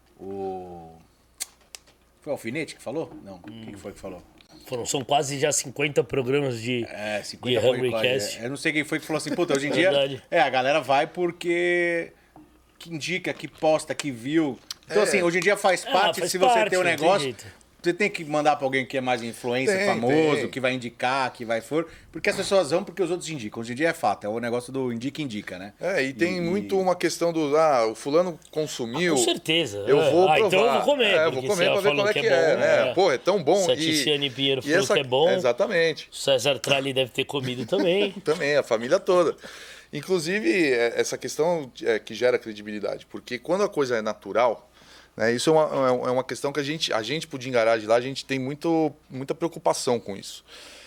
Foi o Alfinete que falou? Não, quem que foi que falou? São quase já 50 programas de 50 Hungrycast. Eu não sei quem foi que falou assim, puta, hoje em dia a galera vai porque que indica, que posta, que viu. Então assim, hoje em dia faz parte, se você tem um negócio, você tem que mandar pra alguém que é mais influencer, famoso, que vai indicar, que vai porque as pessoas vão porque os outros indicam. Hoje em dia é fato, é o negócio do indica, né? E tem muito uma questão do, o fulano consumiu. Com certeza. Eu vou provar. Então eu vou comer. Eu vou comer pra ver como é que é, né? Pô, é tão bom. Se a Ticiane Pinheiro falou que é bom. Exatamente. O César Tralli deve ter comido também. Também, a família toda. Inclusive, essa questão que gera credibilidade, porque quando a coisa é natural, né, isso é uma questão que a gente Pudim Garage lá, a gente tem muita preocupação com isso.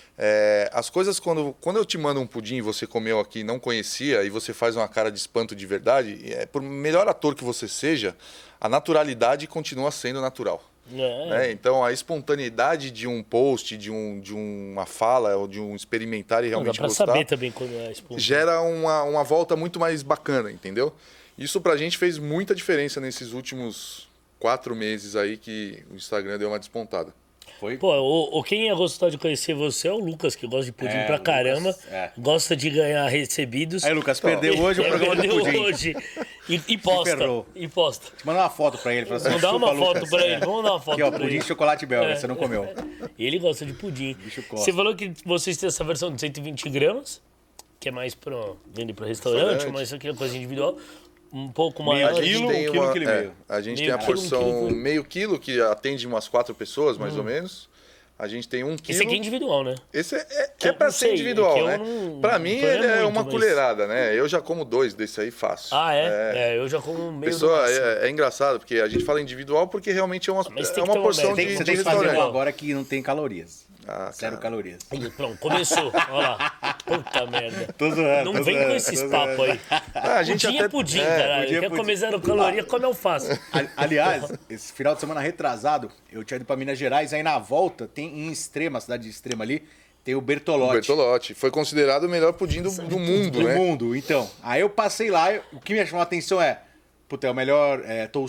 As coisas, quando eu te mando um pudim e você comeu aqui e não conhecia, e você faz uma cara de espanto de verdade, por melhor ator que você seja, a naturalidade continua sendo natural. Né? Então, a espontaneidade de um post, de uma fala, ou de um experimentar e realmente gostar, saber também quando é espontâneo, gera uma volta muito mais bacana, entendeu? Isso pra gente fez muita diferença nesses últimos 4 meses aí que o Instagram deu uma despontada. Foi? Pô, quem ia gostar de conhecer você é o Lucas, que gosta de pudim pra caramba, gosta de ganhar recebidos. Aí, Lucas, perdeu hoje o programa do pudim. Hoje. E posta. Te mandar uma foto pra ele. Assim, vamos dar uma foto pra ele. Vamos dar uma foto aqui, pra ele. Pudim de chocolate belga, você não comeu. Ele gosta de pudim. Você falou que vocês têm essa versão de 120 gramas, que é mais pra vender pro restaurante, mas isso aqui é coisa individual. Um pouco maior. A gente tem a porção meio quilo, que atende umas 4 pessoas, mais ou menos. A gente tem 1 quilo. Esse aqui é individual, né? Esse é pra ser individual, né? Pra mim, ele é uma colherada, né? Eu já como 2 desse aí fácil. Eu já como meio. Pessoa, é engraçado, porque a gente fala individual porque realmente é uma porção de Você tem que fazer um agora que não tem calorias. 0 calorias. Aí, pronto, começou. Olha lá. Puta merda. Tô zoando. Não vem com esses papos aí. A gente pudim é pudim, caralho. Quer comer 0 caloria, come alface. Aliás, esse final de semana retrasado, eu tinha ido pra Minas Gerais, aí na volta, tem em Extrema, cidade de Extrema ali, tem o Bertolotti. O Bertolotti. Foi considerado o melhor pudim do mundo, né? Do mundo, então. Aí eu passei lá, o que me chamou a atenção puta, é o melhor,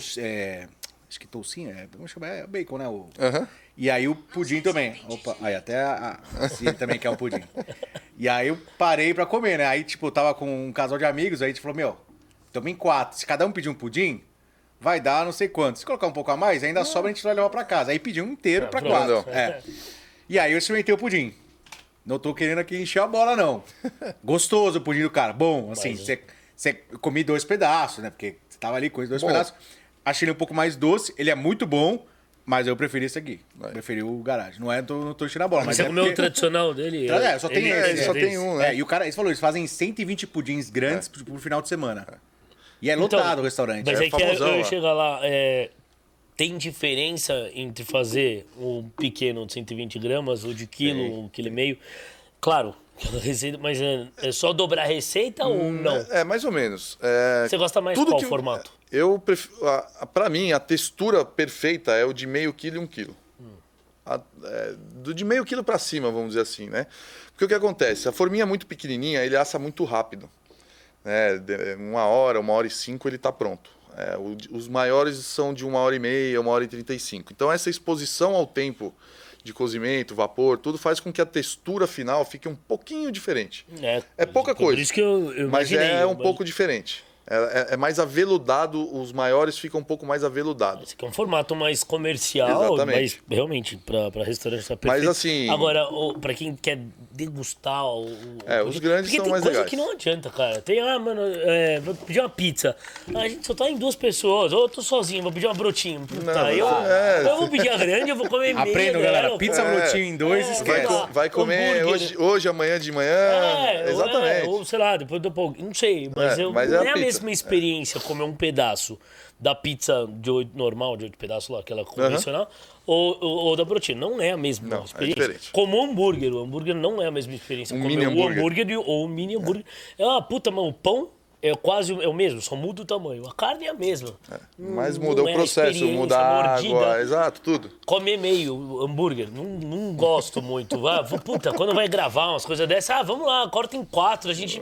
acho que toucinho, vamos chamar, é bacon, né? E aí o pudim também. Opa, aí até a Cine também quer um pudim. E aí eu parei pra comer, né? Aí, tipo, eu tava com um casal de amigos, aí a gente falou, tamo em 4. Se cada um pedir um pudim, vai dar não sei quanto. Se colocar um pouco a mais, ainda sobra, a gente vai levar pra casa. Aí pedi um inteiro pra 4. E aí eu experimentei o pudim. Não tô querendo aqui encher a bola, não. Gostoso o pudim do cara. Bom, assim, eu comi 2 pedaços, né? Porque você tava ali com 2 pedaços. Achei ele um pouco mais doce. Ele é muito bom. Mas eu preferi esse aqui. Preferi o Garage. Não tô enchendo a bola. Mas você comeu o tradicional dele? Só tem esse. Ele só tem um, né? E o cara, ele falou, eles fazem 120 pudins grandes por final de semana. E é lotado o restaurante. Mas que eu ia chegar lá. Tem diferença entre fazer o pequeno de 120 gramas, ou de quilo, 1,5 kg? Claro, mas é só dobrar a receita ou não? Mais ou menos. Você gosta mais qual formato? Eu prefiro, pra mim, a textura perfeita é o de meio quilo e 1 quilo. de meio quilo para cima, vamos dizer assim, né? Porque o que acontece? A forminha muito pequenininha, ele assa muito rápido. Né? 1 hora e 5 ele está pronto. Os maiores são de 1h30, 1h35. Então essa exposição ao tempo de cozimento, vapor, tudo faz com que a textura final fique um pouquinho diferente. É pouca coisa, por isso que eu mas imaginei, um pouco diferente. É mais aveludado, os maiores ficam um pouco mais aveludados. Esse aqui é um formato mais comercial, Exatamente. mas realmente para restaurante tá perfeito. Mas assim... Agora, para quem quer degustar os grandes são mais legais. Tem coisa que não adianta, cara. Tem, mano, vou pedir uma pizza. A gente só tá em 2 pessoas. Ou eu tô sozinho, vou pedir uma brotinho. Puta, eu vou pedir a grande, eu vou comer meia. Aprenda, galera. Pizza brotinho em 2, esquece. Vai comer hoje, amanhã de manhã. Exatamente. Ou sei lá, depois do pouco. Não sei, mas não é a mesma experiência comer um pedaço da pizza normal, de 8 pedaços lá, aquela convencional, ou da brotinho. Não é a mesma experiência. É diferente. Como o hambúrguer não é a mesma experiência. Mini hambúrguer ou o mini hambúrguer. Puta, mano, o pão é quase o mesmo, só muda o tamanho. A carne é a mesma. Mas muda o processo, muda a água, exato, tudo. Comer meio hambúrguer, não gosto muito. Puta, quando vai gravar umas coisas dessas, vamos lá, corta em 4, a gente...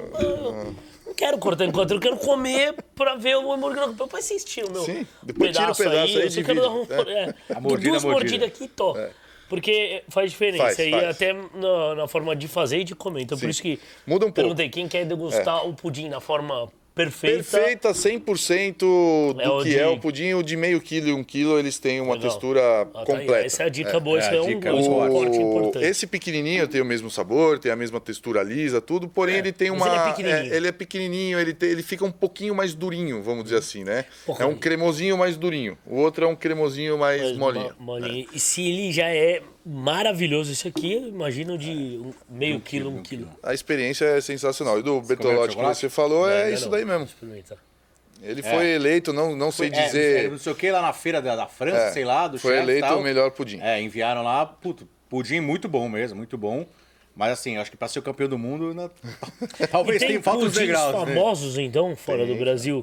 Não quero cortar em 4, eu quero comer pra ver o hambúrguer. Pra assistir o meu depois tira o pedaço aí eu quero dar duas mordidas aqui e tô. Porque faz diferença faz. Até na forma de fazer e de comer. Então por isso que muda um pouco. Perguntei, quem quer degustar o pudim na forma perfeita 100% do que é o pudim, o de meio quilo e 1 quilo, eles têm uma textura completa. Essa é a dica boa, esse é um corte importante. Esse pequenininho tem o mesmo sabor, tem a mesma textura lisa, tudo, porém ele tem ele é pequenininho, ele fica um pouquinho mais durinho, vamos dizer assim, né? É um cremosinho mais durinho, o outro é um cremosinho mais molinho. E se ele já é maravilhoso esse aqui, eu imagino de meio quilo, 1 quilo. A experiência é sensacional. E do Bertolotti que você falou, isso daí mesmo. Ele foi eleito, não sei dizer... não sei o que, lá na feira da França, sei lá, do foi chefe eleito tal. o melhor pudim. Enviaram lá, pudim muito bom mesmo, muito bom. Mas assim, eu acho que para ser o campeão do mundo, talvez tenha falta os degraus. Tem famosos, então, fora do Brasil?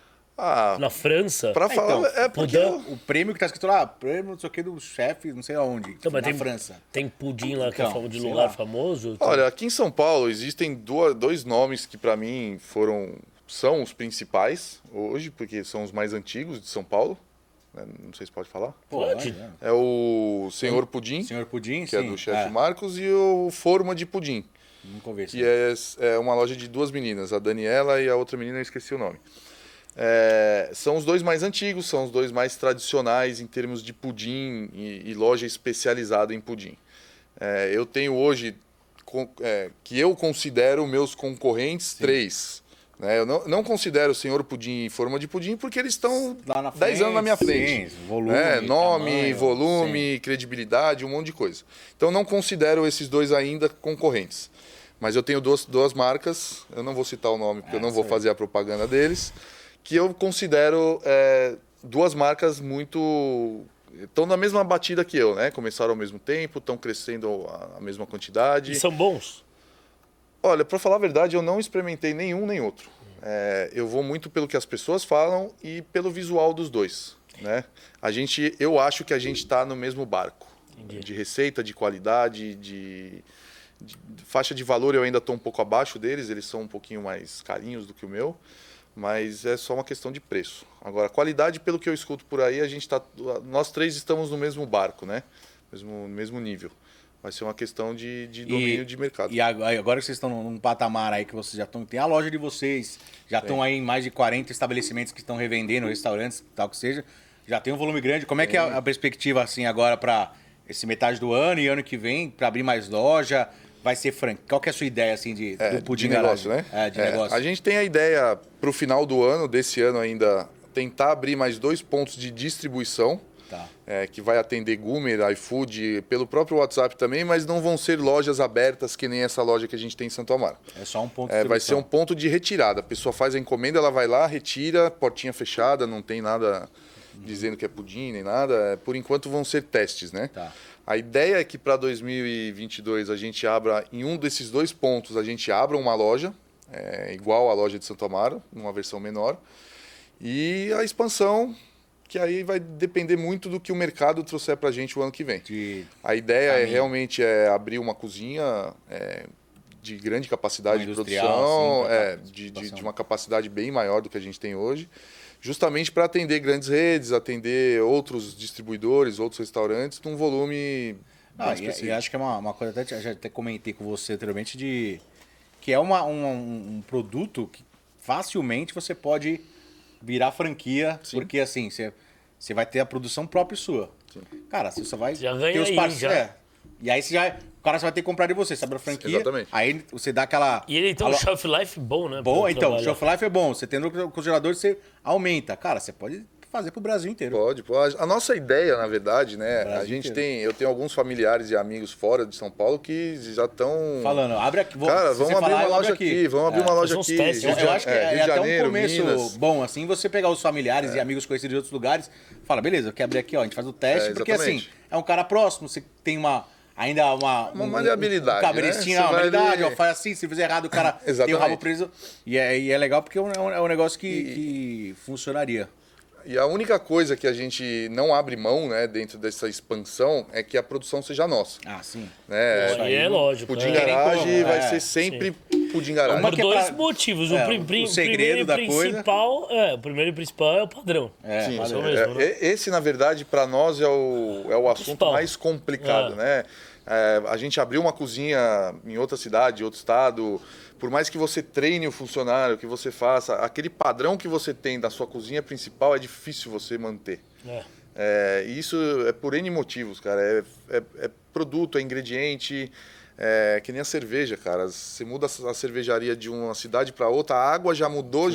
Na França? Pra falar, porque... O prêmio que tá escrito lá, prêmio não sei o que do chefe, não sei aonde, então, na França. Tem pudim lá que é de lugar famoso? Olha, aqui em São Paulo existem dois nomes que pra mim são os principais hoje, porque são os mais antigos de São Paulo. Não sei se pode falar. Pode. É o Senhor Pudim. Senhor Pudim, que é do chefe Marcos, e o Forma de Pudim. Nunca ouvi isso. Que é uma loja de 2 meninas, a Daniela e a outra menina, eu esqueci o nome. São os 2 mais antigos, são os 2 mais tradicionais em termos de pudim e loja especializada em pudim. Eu tenho hoje, que eu considero meus concorrentes, 3. Né? Eu não considero o Senhor Pudim e Forma de Pudim porque eles estão 10 anos na minha frente. Sim, volume, nome, tamanho, volume, credibilidade, um monte de coisa. Então não considero esses 2 ainda concorrentes. Mas eu tenho duas marcas, eu não vou citar o nome porque eu não vou fazer a propaganda deles, que eu considero 2 marcas muito... Estão na mesma batida que eu, né? Começaram ao mesmo tempo, estão crescendo a mesma quantidade. E são bons? Olha, para falar a verdade, eu não experimentei nenhum nem outro. Eu vou muito pelo que as pessoas falam e pelo visual dos 2. Né? Eu acho que a gente está no mesmo barco. Entendi. De receita, de qualidade, de faixa de valor eu ainda estou um pouco abaixo deles, eles são um pouquinho mais carinhos do que o meu, mas é só uma questão de preço. Agora, qualidade, pelo que eu escuto por aí, nós 3 estamos no mesmo barco, né? Mesmo nível. Vai ser uma questão de domínio de mercado. E agora que vocês estão num patamar aí que vocês já estão... Tem a loja de vocês, já estão aí em mais de 40 estabelecimentos que estão revendendo, restaurantes, tal que seja. Já tem um volume grande. Como é que é a perspectiva assim agora para esse metade do ano e ano que vem, para abrir mais loja? Vai ser franco. Qual que é a sua ideia assim do pudim de negócio, né? De negócio. A gente tem a ideia para o final do ano, desse ano ainda, tentar abrir mais 2 pontos de distribuição. Tá. Que vai atender Gumer, iFood, pelo próprio WhatsApp também, mas não vão ser lojas abertas que nem essa loja que a gente tem em Santo Amaro. É só um ponto de vai ser um ponto de retirada. A pessoa faz a encomenda, ela vai lá, retira, portinha fechada, não tem nada dizendo que é pudim nem nada. Por enquanto vão ser testes, né? Tá. A ideia é que para 2022 a gente abra, em um desses 2 pontos, a gente abra uma loja, igual à loja de Santo Amaro, numa versão menor. E a expansão... que aí vai depender muito do que o mercado trouxer pra gente o ano que vem. A ideia caminho. realmente abrir uma cozinha de grande capacidade de industrial, produção, assim, de uma capacidade bem maior do que a gente tem hoje, justamente para atender grandes redes, atender outros distribuidores, outros restaurantes, num volume bem específico. E acho que é uma coisa, já até comentei com você anteriormente, que é um produto que facilmente você pode virar franquia, Sim. porque assim, você vai ter a produção própria sua. Sim. Cara, você só vai Já ganha ter os aí, parceiros. já. E aí o cara só vai ter que comprar de você, sabe a franquia? Exatamente. Aí você dá aquela... E ele tem um shelf life bom, né? Bom, pra então, o trabalhar. shelf life é bom. Você tendo o congelador, você aumenta. Cara, você pode fazer pro Brasil inteiro. Pode. A nossa ideia, na verdade, né? Brasil A gente inteiro. eu tenho alguns familiares e amigos fora de São Paulo que já estão Falando, abre aqui. Cara, se você vamos abrir falar, uma eu abro loja aqui, vamos abrir uma loja Fazer uns aqui. testes. Eu acho que Rio é de até Janeiro, um começo Minas. bom, assim, você pegar os familiares e amigos conhecidos de outros lugares, fala, beleza, eu quero abrir aqui, ó, a gente faz o teste, porque assim, exatamente. é um cara próximo, você tem ainda uma maleabilidade, cabricinha, né? uma Você vai habilidade, ali- ó, faz assim, se fizer errado, o cara tem o Exatamente. rabo preso. E é legal porque é um negócio que funcionaria. E a única coisa que a gente não abre mão, né, dentro dessa expansão é que a produção seja nossa. Ah, sim. Né? Isso aí é lógico. Pudim é. garagem vai É, ser sempre pudim garagem. Uma Por que é dois pra- motivos. é, O o segredo primeiro e da coisa. principal, o primeiro e principal é o padrão. Sim, isso mesmo, né? esse, na verdade, para nós é o assunto Principal. mais complicado, né? A gente abriu uma cozinha em outra cidade, outro estado. Por mais que você treine o funcionário, que você faça, aquele padrão que você tem da sua cozinha principal é difícil você manter. E isso é por N motivos, cara. É produto, é ingrediente, que nem a cerveja, cara. Você muda a cervejaria de uma cidade para outra, a água já mudou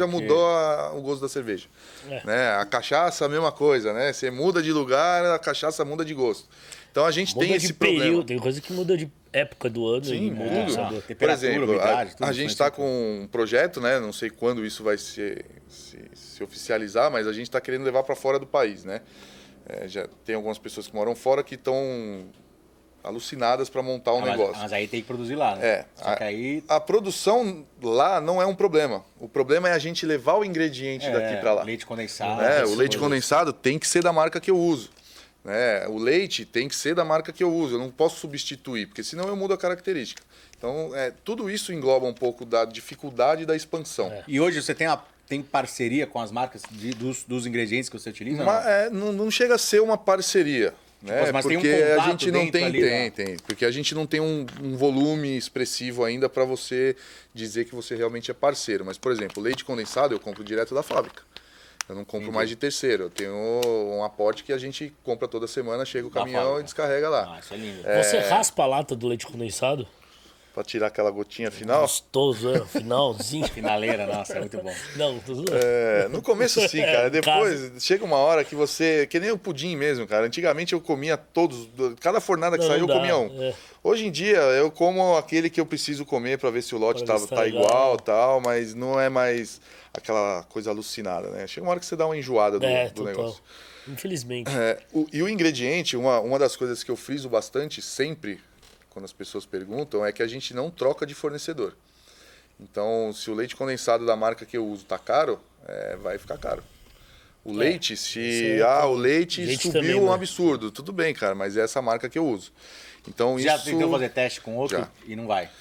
o gosto da cerveja. Né? A cachaça, a mesma coisa, né? Você muda de lugar, a cachaça muda de gosto. Então a gente tem Muda esse de problema. período, tem coisa que muda de época do ano. Sim, e muda tudo. de sabor. Por Temperatura, exemplo, umidade, tudo a gente influencia está com um projeto, né? Não sei quando isso vai se oficializar, mas a gente está querendo levar para fora do país, né? Já tem algumas pessoas que moram fora que estão alucinadas para montar um negócio. Mas aí tem que produzir lá, né? Só que aí... A produção lá não é um problema. O problema é a gente levar o ingrediente daqui para lá. Leite condensado. O essas leite coisas. condensado tem que ser da marca que eu uso. Né? O leite tem que ser da marca que eu uso. Eu não posso substituir, porque senão eu mudo a característica. Então, tudo isso engloba um pouco da dificuldade da expansão. E hoje você tem parceria com as marcas dos ingredientes que você utiliza? Não? Não chega a ser uma parceria. Né? Mas tem um porque a contato gente não dentro ali, tem. Porque a gente não tem um volume expressivo ainda para você dizer que você realmente é parceiro. Mas, por exemplo, leite condensado eu compro direto da fábrica. Eu não compro mais de terceiro. Eu tenho um aporte que a gente compra toda semana, chega o caminhão fábrica. e descarrega lá. Ah, isso é lindo. Você raspa a lata do leite condensado? Para tirar aquela gotinha final. Gostoso, finalzinho. Finaleira, nossa, é muito bom. Não, tudo No começo sim, cara. Depois chega uma hora que você... Que nem o pudim mesmo, cara. Antigamente eu comia todos... Cada fornada que Não, saiu eu não dá, comia um. Hoje em dia eu como aquele que eu preciso comer para ver se o lote Pra ver se tá tá legal. igual e tal, mas não é mais aquela coisa alucinada, né? Chega uma hora que você dá uma enjoada do total. negócio. Infelizmente. E o ingrediente, uma das coisas que eu friso bastante sempre, quando as pessoas perguntam, é que a gente não troca de fornecedor. Então, se o leite condensado da marca que eu uso tá caro, vai ficar caro. O leite, o leite Leite subiu também, um né? absurdo, tudo bem, cara, mas é essa marca que eu uso. Então, Já isso... tentou fazer teste com outro Já. e não vai?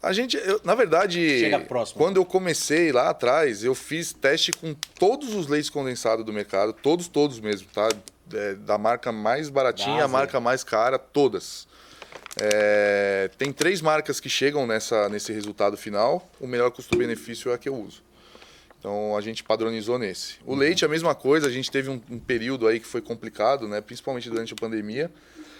Na verdade, Chega próximo. quando eu comecei lá atrás, eu fiz teste com todos os leites condensados do mercado, todos mesmo, tá? Da marca mais baratinha, Da a marca mais cara, todas. Tem 3 marcas que chegam nesse resultado final, o melhor custo-benefício é a que eu uso. Então a gente padronizou nesse. O leite é a mesma coisa, a gente teve um período aí que foi complicado, né? Principalmente durante a pandemia.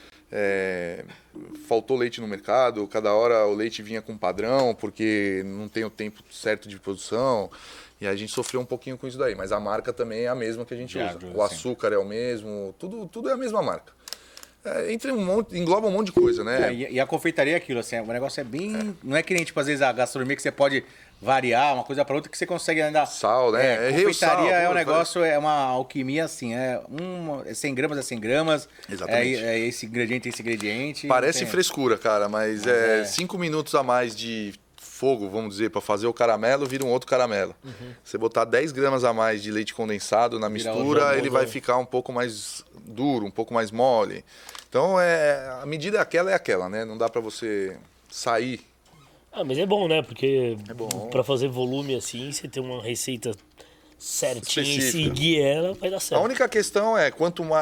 Faltou leite no mercado, cada hora o leite vinha com padrão, porque não tem o tempo certo de produção, e a gente sofreu um pouquinho com isso daí, mas a marca também é a mesma que a gente usa. O açúcar é o mesmo, tudo é a mesma marca. Engloba um monte de coisa, né? E a confeitaria é aquilo, assim, o negócio é bem... Não é que nem, tipo, às vezes a gastronomia que você pode variar uma coisa para outra, que você consegue ainda... Sal, né? Confeitaria é um pô, negócio, é uma alquimia, assim, 100 gramas é 100 gramas, Exatamente. é esse ingrediente. Parece não tem- frescura, cara, mas 5 minutos a mais de fogo, vamos dizer, para fazer o caramelo, vira um outro caramelo. Você botar 10 gramas a mais de leite condensado na mistura, ele vai ficar um pouco mais duro, um pouco mais mole. Então, a medida é aquela, né? Não dá para você sair. Ah, mas é bom, né? Porque bom. pra fazer volume assim, você tem uma receita certinha e Específica. seguir ela, vai dar A certo. única questão é,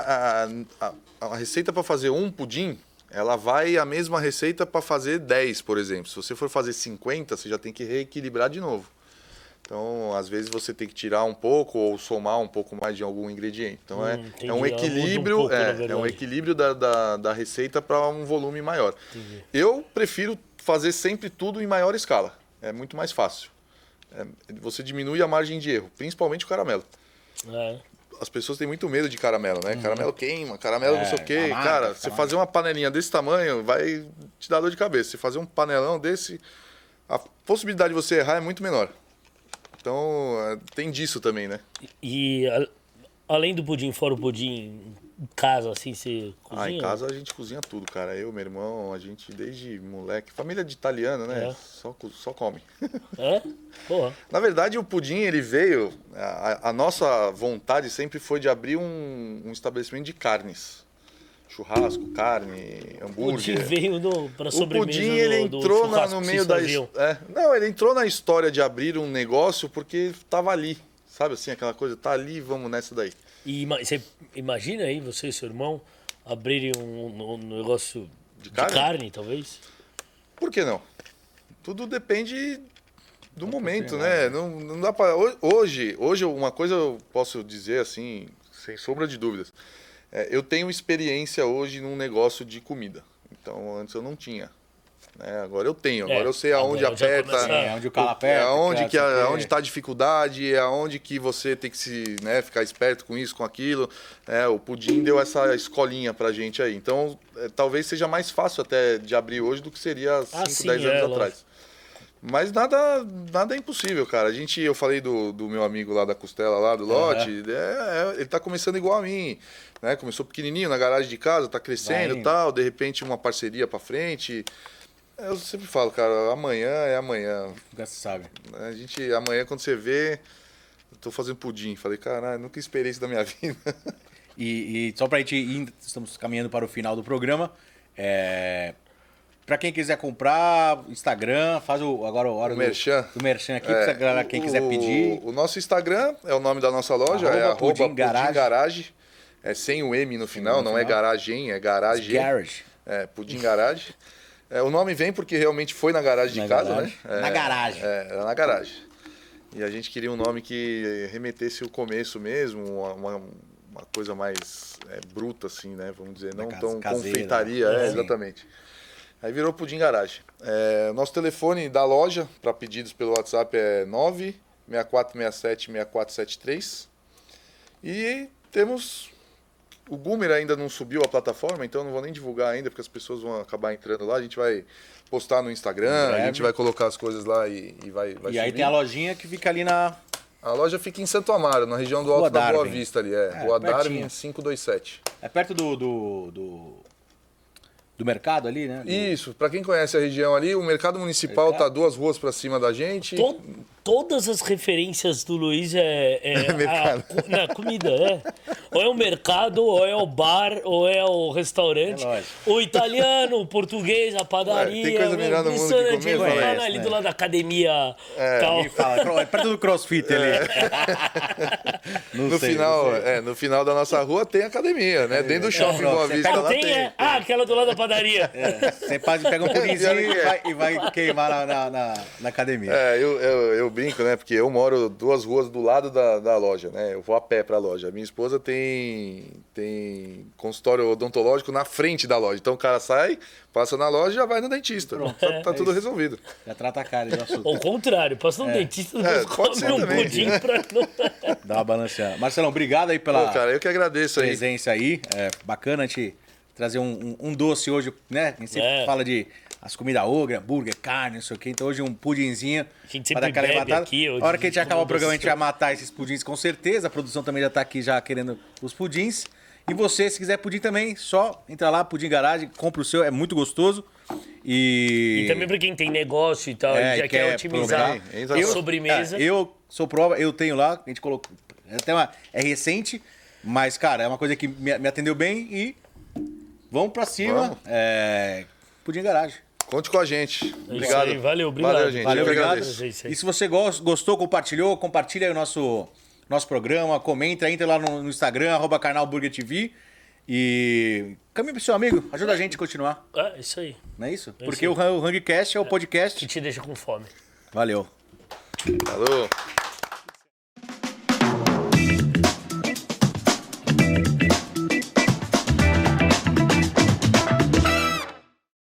a receita para fazer um pudim, ela vai a mesma receita para fazer 10, por exemplo. Se você for fazer 50, você já tem que reequilibrar de novo. Então, às vezes você tem que tirar um pouco ou somar um pouco mais de algum ingrediente. Então, entendi. é um Ela muda um equilíbrio, pouco, na é um verdade. equilíbrio da receita para um volume maior. Entendi. Eu prefiro fazer sempre tudo em maior escala. É muito mais fácil. Você diminui a margem de erro, principalmente o caramelo. É. As pessoas têm muito medo de caramelo, né? Caramelo queima, caramelo não sei o quê. amarga, Cara, fica você amarga. fazer uma panelinha desse tamanho vai te dar dor de cabeça. Você fazer um panelão desse, a possibilidade de você errar é muito menor. Então, tem disso também, né? Além do pudim, fora o pudim, em casa, assim, você cozinha? Em casa a gente cozinha tudo, cara. Eu, meu irmão, a gente desde moleque. Família de italiano, né? É. Só come. É? Porra. Na verdade, o pudim, ele veio... A nossa vontade sempre foi de abrir um estabelecimento de carnes. Churrasco, carne, O pudim hambúrguer. veio pra O sobremesa pudim, ele do entrou churrasco no que meio vocês da... faziam. Não, ele entrou na história de abrir um negócio porque estava ali. Sabe assim, aquela coisa, tá ali, vamos nessa daí. E você imagina aí, você e seu irmão, abrirem um negócio de carne? carne, talvez? Por que não? Tudo depende do momento, né? Não dá para hoje, uma coisa eu posso dizer assim, sem sombra de dúvidas. Eu tenho experiência hoje num negócio de comida. Então, antes eu não tinha. Né? Agora eu tenho. Agora eu sei aonde agora já aperta. começa- onde o calo aperta. Aonde está a dificuldade, aonde que você tem que ficar esperto com isso, com aquilo. O pudim deu essa escolinha pra gente aí. Então, talvez seja mais fácil até de abrir hoje do que seria 5, sim, 10 anos lógico. atrás. Mas nada é impossível, cara. Eu falei do meu amigo lá da costela, lá do lote, ele tá começando igual a mim, né? Começou pequenininho na garagem de casa, tá crescendo e tal, de repente uma parceria pra frente. Eu sempre falo, cara, amanhã é amanhã. Nunca se sabe. Amanhã quando você vê, eu tô fazendo pudim. Falei, caralho, nunca esperei isso da minha vida. E só pra gente ir, estamos caminhando para o final do programa. Pra quem quiser comprar, Instagram, faz agora a hora merchan. do merchan aqui, pra quem quiser pedir. O nosso Instagram é o nome da nossa loja, @ Pudim Garage. Garage. É sem o M no final, não é garagem, é garagem. Garage. Pudim Garage. O nome vem porque realmente foi na garagem de casa, garagem. né? Na garagem. Era na garagem. E a gente queria um nome que remetesse o começo mesmo, uma coisa mais bruta, assim, né? Vamos dizer, não tão caseira, confeitaria, né? exatamente. Aí virou Pudim Garagem. Nosso telefone da loja para pedidos pelo WhatsApp é 964676473. E temos... O Goomer ainda não subiu a plataforma, então não vou nem divulgar ainda, porque as pessoas vão acabar entrando lá. A gente vai postar no Instagram, a gente vai colocar as coisas lá e vai E aí subir. tem a lojinha que fica ali na... A loja fica em Santo Amaro, na região do Alto Rua da Boa Darwin. Vista ali. Rua pertinho. Darwin 527. É perto do mercado ali, né? Isso, para quem conhece a região ali, o mercado municipal tá 2 ruas para cima da gente. Todas as referências do Luiz mercado. na comida, Ou é o mercado, ou é o bar, ou é o restaurante. lógico. O italiano, o português, a padaria. tem coisa melhor no mundo que impressionante. comer, Ele fala fala isso, ali né? do lado da academia. Tal. Ninguém fala, é perto do CrossFit ali. Não No sei, final, não sei. no final da nossa rua tem academia, né? Dentro do shopping Boa Você Vista pega- lá Tem, tem. aquela do lado da padaria. Você pega um pudinzinho e vai queimar na academia. Eu brinco, né? Porque eu moro 2 ruas do lado da loja, né? Eu vou a pé pra loja. Minha esposa tem consultório odontológico na frente da loja. Então o cara sai, passa na loja e já vai no dentista. Tá tudo resolvido. Já trata a cara de assunto. Ao contrário, passa no dentista, depois pode ser come um também. pudim pra não... Dá uma balanceada. Marcelão, obrigado aí pela Pô, cara, eu que agradeço aí. presença aí. É bacana a gente trazer um doce hoje, né? A gente sempre fala de as comidas ogras, hambúrguer, carne, não sei o quê. Então hoje um pudinzinho A gente pra dar sempre aquela bebe levantada. aqui, A hora que a gente todo acabar o mundo programa, a gente vai assiste. matar esses pudins com certeza. A produção também já tá aqui já querendo os pudins. E você, se quiser pudim também, só entra lá, Pudim Garagem, compra o seu, é muito gostoso. E também pra quem tem negócio e tal, já quer otimizar a sobremesa. Eu sou prova, eu tenho lá, a gente colocou. É recente, mas, cara, é uma coisa que me atendeu bem e vamos pra cima. Vamos. Pudim Garage. Conte com a gente. Obrigado. Aí, valeu, obrigado. Valeu, gente. Valeu, obrigado. Agradeço. E se você gostou, compartilha aí o nosso programa, comenta, entra lá no Instagram, @canalburgertv. E caminha pro seu amigo, ajuda a gente a continuar. É, isso aí. Não é isso? Porque o Hungrycast é o podcast que te deixa com fome. Valeu. Falou.